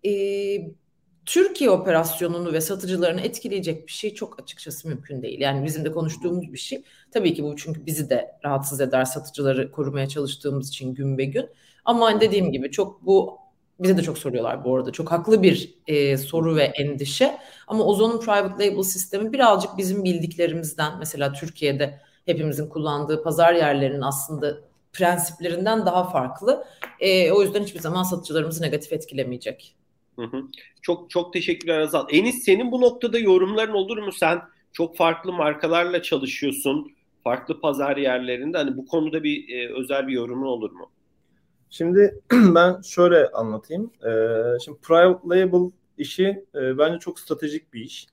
Türkiye operasyonunu ve satıcılarını etkileyecek bir şey çok açıkçası mümkün değil. Yani bizim de konuştuğumuz bir şey. Tabii ki bu çünkü bizi de rahatsız eder, satıcıları korumaya çalıştığımız için gün be gün. Ama dediğim gibi çok bu bize de çok soruyorlar bu arada. Çok haklı bir soru ve endişe. Ama Ozon'un private label sistemi birazcık bizim bildiklerimizden, mesela Türkiye'de hepimizin kullandığı pazar yerlerinin aslında prensiplerinden daha farklı. O yüzden hiçbir zaman satıcılarımızı negatif etkilemeyecek. Çok çok teşekkürler Azal. Enis, senin bu noktada yorumların olur mu? Sen çok farklı markalarla çalışıyorsun. Farklı pazar yerlerinde. Hani bu konuda bir özel bir yorumun olur mu? Şimdi ben şöyle anlatayım. Şimdi private label işi bence çok stratejik bir iş.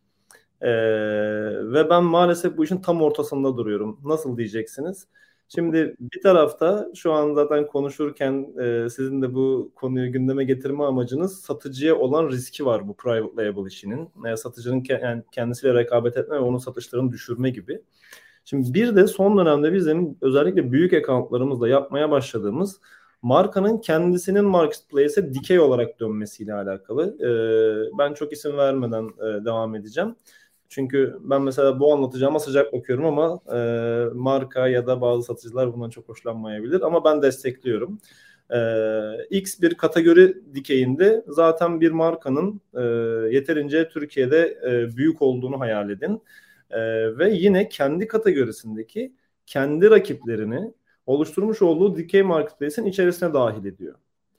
Ve ben maalesef bu işin tam ortasında duruyorum. Nasıl diyeceksiniz? Şimdi bir tarafta şu an zaten konuşurken sizin de bu konuyu gündeme getirme amacınız satıcıya olan riski var bu private label işinin. Satıcının yani kendisiyle rekabet etme ve onun satışlarını düşürme gibi. Şimdi bir de son dönemde bizim özellikle büyük accountlarımızla yapmaya başladığımız markanın kendisinin marketplace'e dikey olarak dönmesiyle alakalı. Ben çok isim vermeden devam edeceğim. Çünkü ben mesela bu anlatacağıma sıcak bakıyorum ama marka ya da bazı satıcılar bundan çok hoşlanmayabilir. Ama ben destekliyorum. X bir kategori dikeyinde zaten bir markanın yeterince Türkiye'de büyük olduğunu hayal edin. Ve yine kendi kategorisindeki kendi rakiplerini oluşturmuş olduğu dikey marketplace'in içerisine dahil ediyor.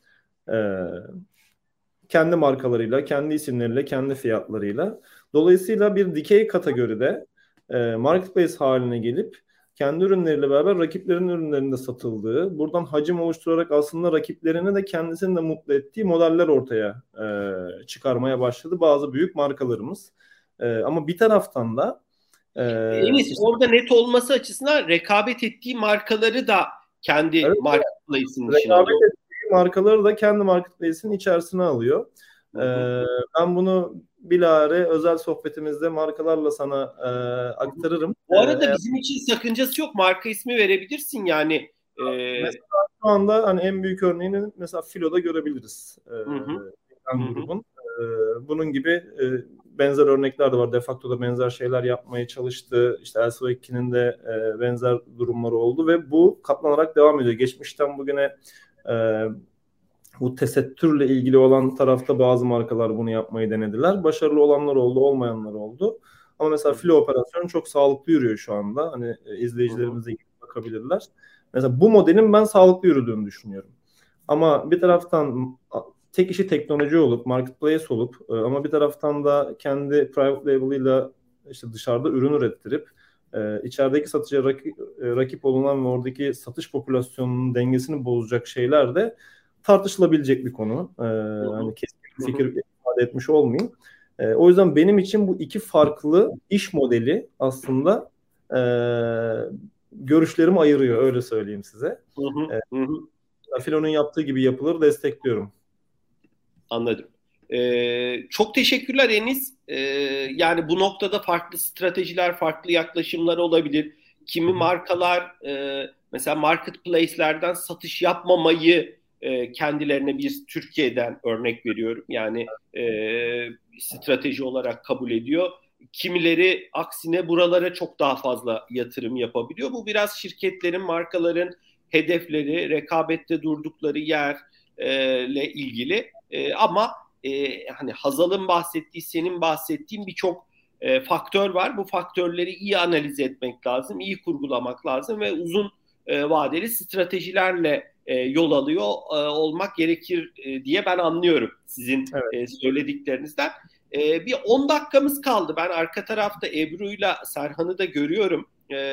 Kendi markalarıyla, kendi isimleriyle, kendi fiyatlarıyla. Dolayısıyla bir dikey kategoride marketplace haline gelip kendi ürünleriyle beraber rakiplerin ürünlerinde satıldığı, buradan hacim oluşturarak aslında rakiplerini de kendisini de mutlu ettiği modeller ortaya çıkarmaya başladı bazı büyük markalarımız. Ama bir taraftan da Enis, orada net olması açısından rekabet ettiği markaları da kendi marketplace'in içine alıyor. Rekabet ettiği markaları da kendi marketplace'in içerisine alıyor. Ben bunu bilahare özel sohbetimizde markalarla sana aktarırım. Bu arada bizim için sakıncası yok. Marka ismi verebilirsin yani. Mesela şu anda hani en büyük örneğini mesela Filo'da görebiliriz. Grubun. Bunun gibi benzer örnekler de var. Defacto'da benzer şeyler yapmaya çalıştı. İşte Elsewek'inin de benzer durumları oldu ve bu katlanarak devam ediyor. Geçmişten bugüne bu tesettürle ilgili olan tarafta bazı markalar bunu yapmayı denediler. Başarılı olanlar oldu, olmayanlar oldu. Ama mesela Filo operasyonu çok sağlıklı yürüyor şu anda. Hani izleyicilerimize bakabilirler. Mesela bu modelin ben sağlıklı yürüdüğünü düşünüyorum. Ama bir taraftan tek işi teknoloji olup, marketplace olup ama bir taraftan da kendi private label'ıyla işte dışarıda ürün ürettirip içerideki satıcıya rakip olunan ve oradaki satış popülasyonunun dengesini bozacak şeyler de tartışılabilecek bir konu. Hani kesin bir fikir ifade etmiş olmayayım. O yüzden benim için bu iki farklı iş modeli aslında görüşlerimi ayırıyor, öyle söyleyeyim size. Filo'nun yaptığı gibi yapılır, destekliyorum. Anladım. Çok teşekkürler Enis. Yani bu noktada farklı stratejiler, farklı yaklaşımlar olabilir. Kimi markalar mesela marketplace'lerden satış yapmamayı kendilerine bir Türkiye'den örnek veriyorum. Yani strateji olarak kabul ediyor. Kimileri aksine buralara çok daha fazla yatırım yapabiliyor. Bu biraz şirketlerin, markaların hedefleri, rekabette durdukları yerle ilgili. Ama hani Hazal'ın bahsettiği, senin bahsettiğin birçok faktör var. Bu faktörleri iyi analiz etmek lazım, iyi kurgulamak lazım ve uzun vadeli stratejilerle yol alıyor olmak gerekir diye ben anlıyorum sizin söylediklerinizden. Bir 10 dakikamız kaldı. Ben arka tarafta Ebru'yla Serhan'ı da görüyorum.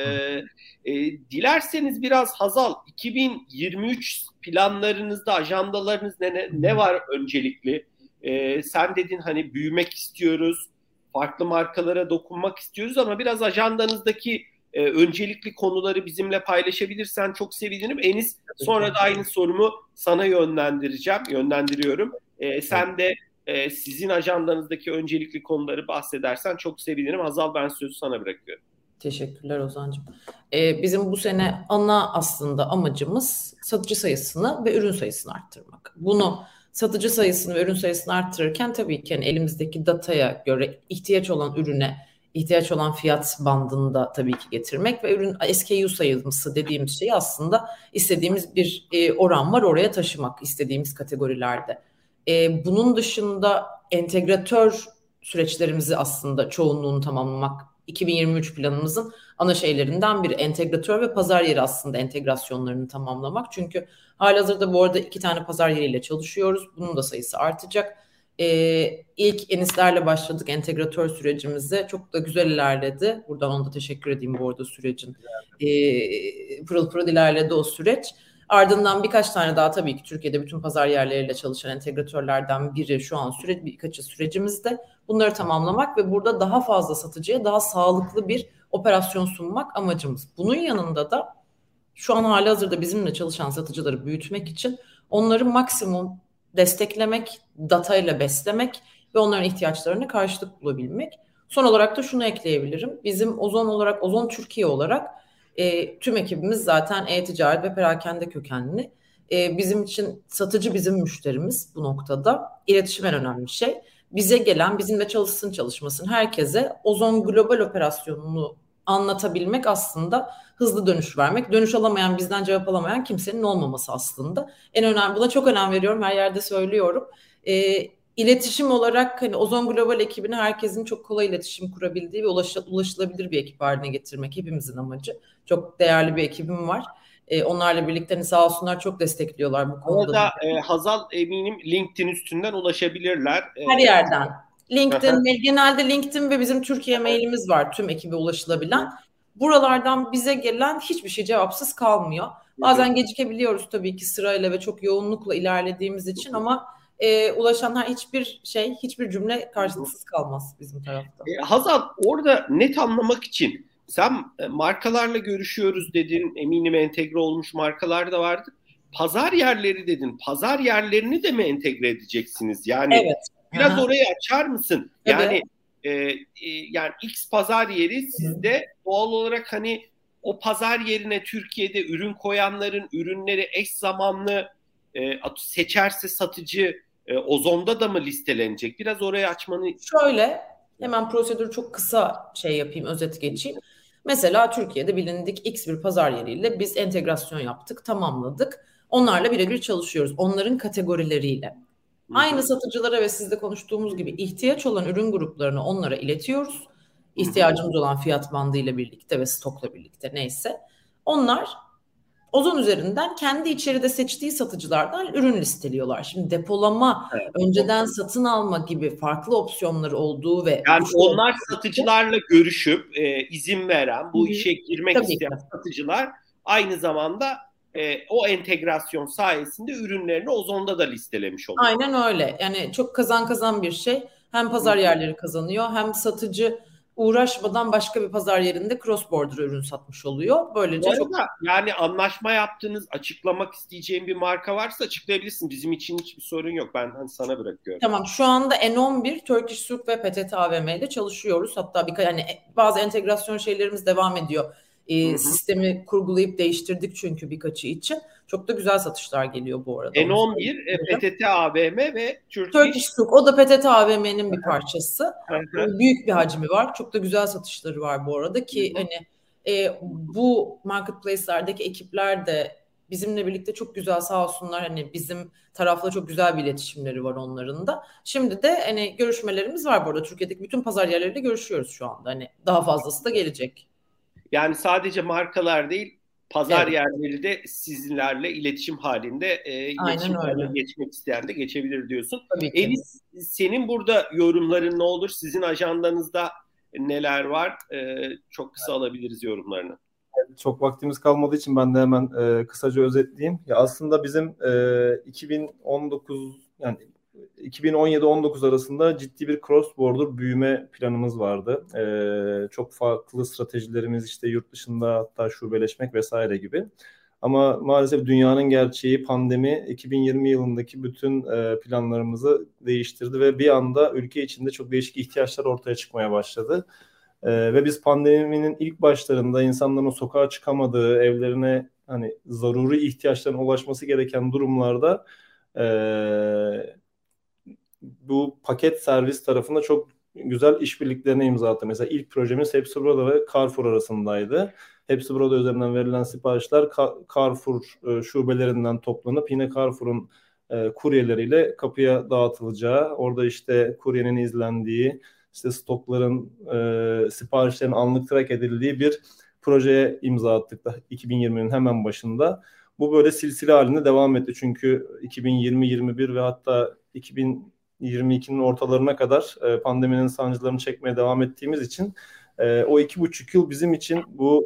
Dilerseniz biraz Hazal, 2023 planlarınızda, ajandalarınız ne var öncelikli? Sen dedin hani büyümek istiyoruz, farklı markalara dokunmak istiyoruz ama biraz ajandanızdaki öncelikli konuları bizimle paylaşabilirsen çok sevinirim. Enis, sonra da aynı sorumu sana yönlendiriyorum. Sen de sizin ajandanızdaki öncelikli konuları bahsedersen çok sevinirim. Hazal, ben sözü sana bırakıyorum. Teşekkürler Ozan'cığım. Bizim bu sene ana aslında amacımız satıcı sayısını ve ürün sayısını arttırmak. Bunu satıcı sayısını ve ürün sayısını arttırırken tabii ki elimizdeki dataya göre ihtiyaç olan ürüne, ihtiyaç olan fiyat bandında tabii ki getirmek ve ürün SKU sayısı dediğimiz şeyi aslında istediğimiz bir oran var, oraya taşımak istediğimiz kategorilerde. Bunun dışında entegratör süreçlerimizi aslında çoğunluğunu tamamlamak 2023 planımızın ana şeylerinden biri. Entegratör ve pazar yeri aslında entegrasyonlarını tamamlamak. Çünkü halihazırda bu arada 2 tane pazar yeriyle çalışıyoruz. Bunun da sayısı artacak. İlk Enis'lerle başladık entegratör sürecimizi. Çok da güzel ilerledi. Buradan ona da teşekkür edeyim bu arada sürecin. Pırıl pırıl ilerledi o süreç. Ardından birkaç tane daha tabii ki Türkiye'de bütün pazar yerleriyle çalışan entegratörlerden biri şu an birkaçı sürecimizde. Bunları tamamlamak ve burada daha fazla satıcıya daha sağlıklı bir operasyon sunmak amacımız. Bunun yanında da şu an halihazırda bizimle çalışan satıcıları büyütmek için onları maksimum desteklemek, datayla beslemek ve onların ihtiyaçlarına karşılık bulabilmek. Son olarak da şunu ekleyebilirim. Bizim Ozon Türkiye olarak tüm ekibimiz zaten e-ticaret ve perakende kökenli. Bizim için satıcı bizim müşterimiz bu noktada. İletişim en önemli şey. Bize gelen, bizimle çalışmasın herkese Ozon global operasyonunu anlatabilmek aslında hızlı dönüş vermek. Dönüş alamayan, bizden cevap alamayan kimsenin olmaması aslında. En önemli, buna çok önem veriyorum. Her yerde söylüyorum. İletişim olarak Ozon Global ekibini herkesin çok kolay iletişim kurabildiği ve ulaşılabilir bir ekip haline getirmek hepimizin amacı. Çok değerli bir ekibim var. Onlarla birlikte sağ olsunlar çok destekliyorlar bu konuda. Orada Hazal eminim LinkedIn üstünden ulaşabilirler. Her yerden. LinkedIn, genelde LinkedIn ve bizim Türkiye mailimiz var tüm ekibe ulaşılabilen. Buralardan bize gelen hiçbir şey cevapsız kalmıyor. Bazen gecikebiliyoruz tabii ki sırayla ve çok yoğunlukla ilerlediğimiz için ama ulaşan hiçbir cümle karşılıksız kalmaz bizim tarafta. Hazal, orada net anlamak için sen markalarla görüşüyoruz dedin, eminim entegre olmuş markalar da vardı. Pazar yerleri dedin. Pazar yerlerini de mi entegre edeceksiniz? Yani evet. Biraz orayı açar mısın? Yani yani X pazar yeri sizde doğal olarak o pazar yerine Türkiye'de ürün koyanların ürünleri eş zamanlı seçerse satıcı Ozon'da da mı listelenecek? Biraz orayı açmanı... Şöyle, hemen prosedürü çok kısa yapayım, özet geçeyim. Mesela Türkiye'de bilindik X bir pazar yeriyle biz entegrasyon yaptık, tamamladık. Onlarla birebir çalışıyoruz. Onların kategorileriyle. Aynı satıcılara ve sizle konuştuğumuz gibi ihtiyaç olan ürün gruplarını onlara iletiyoruz. İhtiyacımız olan fiyat bandıyla birlikte ve stokla birlikte neyse. Onlar Ozon üzerinden kendi içeride seçtiği satıcılardan ürün listeliyorlar. Şimdi depolama, önceden satın alma gibi farklı opsiyonları olduğu ve... Yani onlar satıcılarla görüşüp izin veren, bu işe girmek isteyen satıcılar aynı zamanda o entegrasyon sayesinde ürünlerini Ozon'da da listelemiş oluyor. Aynen öyle. Yani çok kazan bir şey. Hem pazar yerleri kazanıyor, hem satıcı uğraşmadan başka bir pazar yerinde cross border ürün satmış oluyor. Böylece yani anlaşma yaptığınız, açıklamak isteyeceğin bir marka varsa açıklayabilirsin. Bizim için hiçbir sorun yok. Ben sana bırakıyorum. Tamam. Şu anda N11, Turkish Souk ve PTT AVM ile çalışıyoruz. Hatta bazı entegrasyon şeylerimiz devam ediyor. Sistemi kurgulayıp değiştirdik çünkü birkaçı için. Çok da güzel satışlar geliyor bu arada. N11, PTT AVM ve Turkish Souk. O da PTT AVM'nin bir parçası. Büyük bir hacmi var. Çok da güzel satışları var bu arada ki bu marketplace'lerdeki ekipler de bizimle birlikte çok güzel, sağ olsunlar, hani bizim tarafla çok güzel bir iletişimleri var onların da. Şimdi de hani görüşmelerimiz var bu arada. Türkiye'deki bütün pazar yerleriyle görüşüyoruz şu anda. Hani daha fazlası da gelecek. Yani sadece markalar değil, pazar Evet, yerleri de sizinlerle iletişim halinde, iletişim aynen haline öyle. geçmek isteyen de geçebilir diyorsun. Tabii ki. Enis, senin burada yorumların ne olur? Sizin ajandanızda neler var? Çok kısa alabiliriz yorumlarını. Çok vaktimiz kalmadığı için ben de hemen kısaca özetleyeyim. Ya aslında bizim 2019 yani 2017-19 arasında ciddi bir cross border büyüme planımız vardı. Çok farklı stratejilerimiz, işte yurt dışında hatta şubeleşmek vesaire gibi. Ama maalesef dünyanın gerçeği, pandemi 2020 yılındaki bütün planlarımızı değiştirdi ve bir anda ülke içinde çok değişik ihtiyaçlar ortaya çıkmaya başladı. Ve biz pandeminin ilk başlarında insanların o sokağa çıkamadığı, evlerine hani zaruri ihtiyaçlarına ulaşması gereken durumlarda bu paket servis tarafında çok güzel işbirliklerine imza attı. Mesela ilk projemiz Hepsi Burada ve Carrefour arasındaydı. Hepsi Burada üzerinden verilen siparişler Carrefour şubelerinden toplanıp yine Carrefour'un kuryeleriyle kapıya dağıtılacağı, orada işte kuryenin izlendiği, işte stokların, siparişlerin anlık track edildiği bir projeye imza attık da 2020'nin hemen başında. Bu böyle silsile halinde devam etti. Çünkü 2020, 21 ve hatta 2022'nin ortalarına kadar pandeminin sancılarını çekmeye devam ettiğimiz için o 2,5 yıl bizim için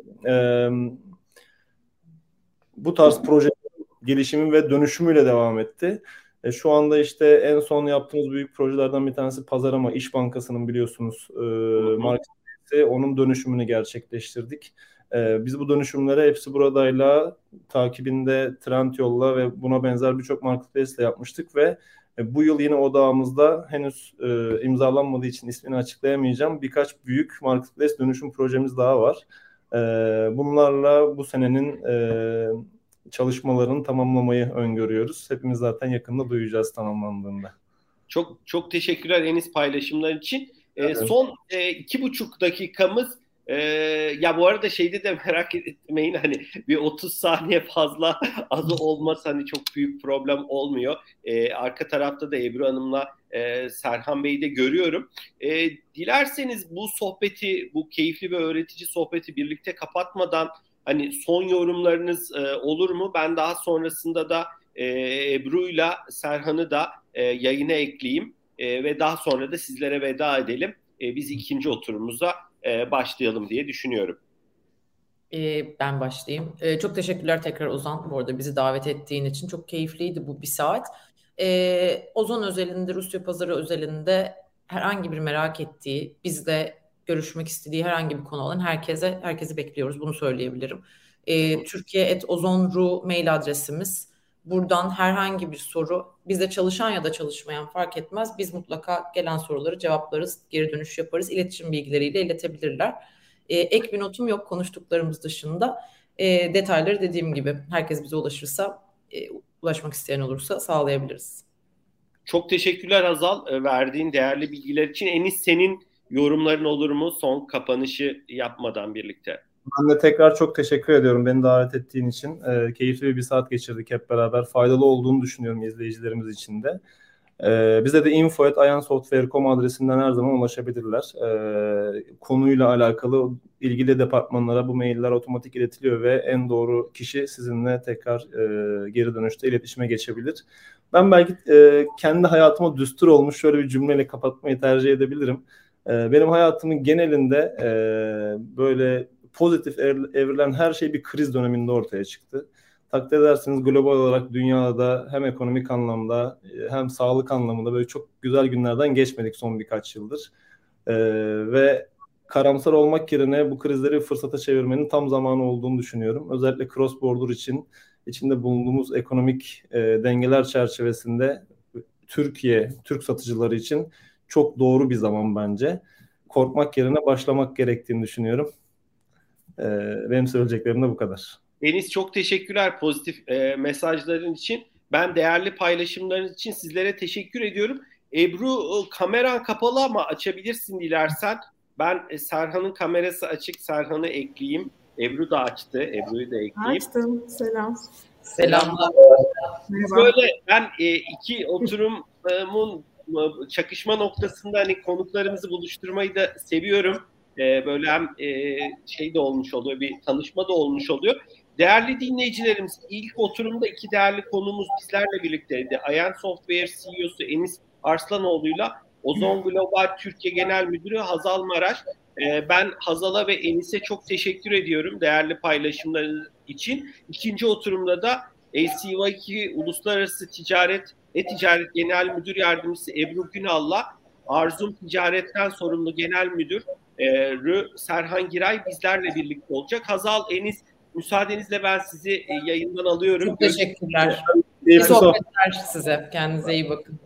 bu tarz proje gelişimi ve dönüşümüyle devam etti. Şu anda işte en son yaptığımız büyük projelerden bir tanesi Pazarama İş Bankası'nın biliyorsunuz marketplace'i, onun dönüşümünü gerçekleştirdik. Biz bu dönüşümlere Hepsi Burada'yla, takibinde Trendyol'la ve buna benzer birçok marketplace'le yapmıştık ve bu yıl yine odağımızda henüz imzalanmadığı için ismini açıklayamayacağım birkaç büyük marketplace dönüşüm projemiz daha var. Bunlarla bu senenin çalışmalarını tamamlamayı öngörüyoruz. Hepimiz zaten yakında duyacağız tamamlandığında. Çok çok teşekkürler Enis paylaşımlar için. Evet. Son 2,5 dakikamız. Ya bu arada şeyde de merak etmeyin, hani bir 30 saniye fazla az olmasa hani çok büyük problem olmuyor. Arka tarafta da Ebru Hanım'la Serhan Bey'i de görüyorum. Dilerseniz bu sohbeti, bu keyifli ve öğretici sohbeti birlikte kapatmadan hani son yorumlarınız olur mu? Ben daha sonrasında da Ebru'yla Serhan'ı da yayına ekleyeyim ve daha sonra da sizlere veda edelim. Biz ikinci oturumumuza başlayalım diye düşünüyorum. Ben başlayayım. Çok teşekkürler tekrar Ozan. Bu arada bizi davet ettiğin için çok keyifliydi bu bir saat. Ozan özelinde, Rusya pazarı özelinde herhangi bir merak ettiği, bizle görüşmek istediği herhangi bir konu olan herkesi bekliyoruz. Bunu söyleyebilirim. Türkiye@ozon.ru mail adresimiz. Buradan herhangi bir soru, bizde çalışan ya da çalışmayan fark etmez. Biz mutlaka gelen soruları cevaplarız, geri dönüş yaparız. İletişim bilgileriyle iletebilirler. Ek bir notum yok konuştuklarımız dışında. Detayları dediğim gibi herkes bize ulaşırsa, ulaşmak isteyen olursa sağlayabiliriz. Çok teşekkürler Hazal, verdiğin değerli bilgiler için. Enis, senin yorumların olur mu son kapanışı yapmadan birlikte? Ben de tekrar çok teşekkür ediyorum beni davet ettiğin için. Keyifli bir saat geçirdik hep beraber. Faydalı olduğunu düşünüyorum izleyicilerimiz için de. Bize de info@ayansoftware.com adresinden her zaman ulaşabilirler. Konuyla alakalı ilgili departmanlara bu mailler otomatik iletiliyor ve en doğru kişi sizinle tekrar geri dönüşte iletişime geçebilir. Ben belki kendi hayatıma düstur olmuş şöyle bir cümleyle kapatmayı tercih edebilirim. Benim hayatımın genelinde böyle pozitif evrilen her şey bir kriz döneminde ortaya çıktı. Takdir ederseniz global olarak dünyada hem ekonomik anlamda hem sağlık anlamında böyle çok güzel günlerden geçmedik son birkaç yıldır. Ve karamsar olmak yerine bu krizleri fırsata çevirmenin tam zamanı olduğunu düşünüyorum. Özellikle cross border için içinde bulunduğumuz ekonomik dengeler çerçevesinde Türk satıcıları için çok doğru bir zaman bence. Korkmak yerine başlamak gerektiğini düşünüyorum. Benim söyleyeceklerim de bu kadar. Deniz, çok teşekkürler pozitif mesajların için. Ben değerli paylaşımlarınız için sizlere teşekkür ediyorum. Ebru, kameran kapalı ama açabilirsin dilersen. Ben Serhan'ın kamerası açık, Serhan'ı ekleyeyim. Ebru da açtı, Ebru'yu da ekleyeyim. Açtım, selam. Selamlar. Böyle ben iki oturumun çakışma noktasında hani konuklarımızı buluşturmayı da seviyorum. Böyle hem şey de olmuş oluyor, bir tanışma da olmuş oluyor. Değerli dinleyicilerimiz, ilk oturumda iki değerli konuğumuz bizlerle birlikteydi. Ayen Software CEO'su Enis Arslanoğlu'yla Ozon Global Türkiye Genel Müdürü Hazal Maraş. Ben Hazal'a ve Enis'e çok teşekkür ediyorum değerli paylaşımları için. İkinci oturumda da ACY2 Uluslararası E-Ticaret Genel Müdür Yardımcısı Ebru Günal'la Arzum Ticaret'ten sorumlu Genel Müdür Serhan Giray bizlerle birlikte olacak. Hazal, Enis, müsaadenizle ben sizi yayından alıyorum. Çok teşekkürler. İyi sohbetler size. Kendinize iyi bakın.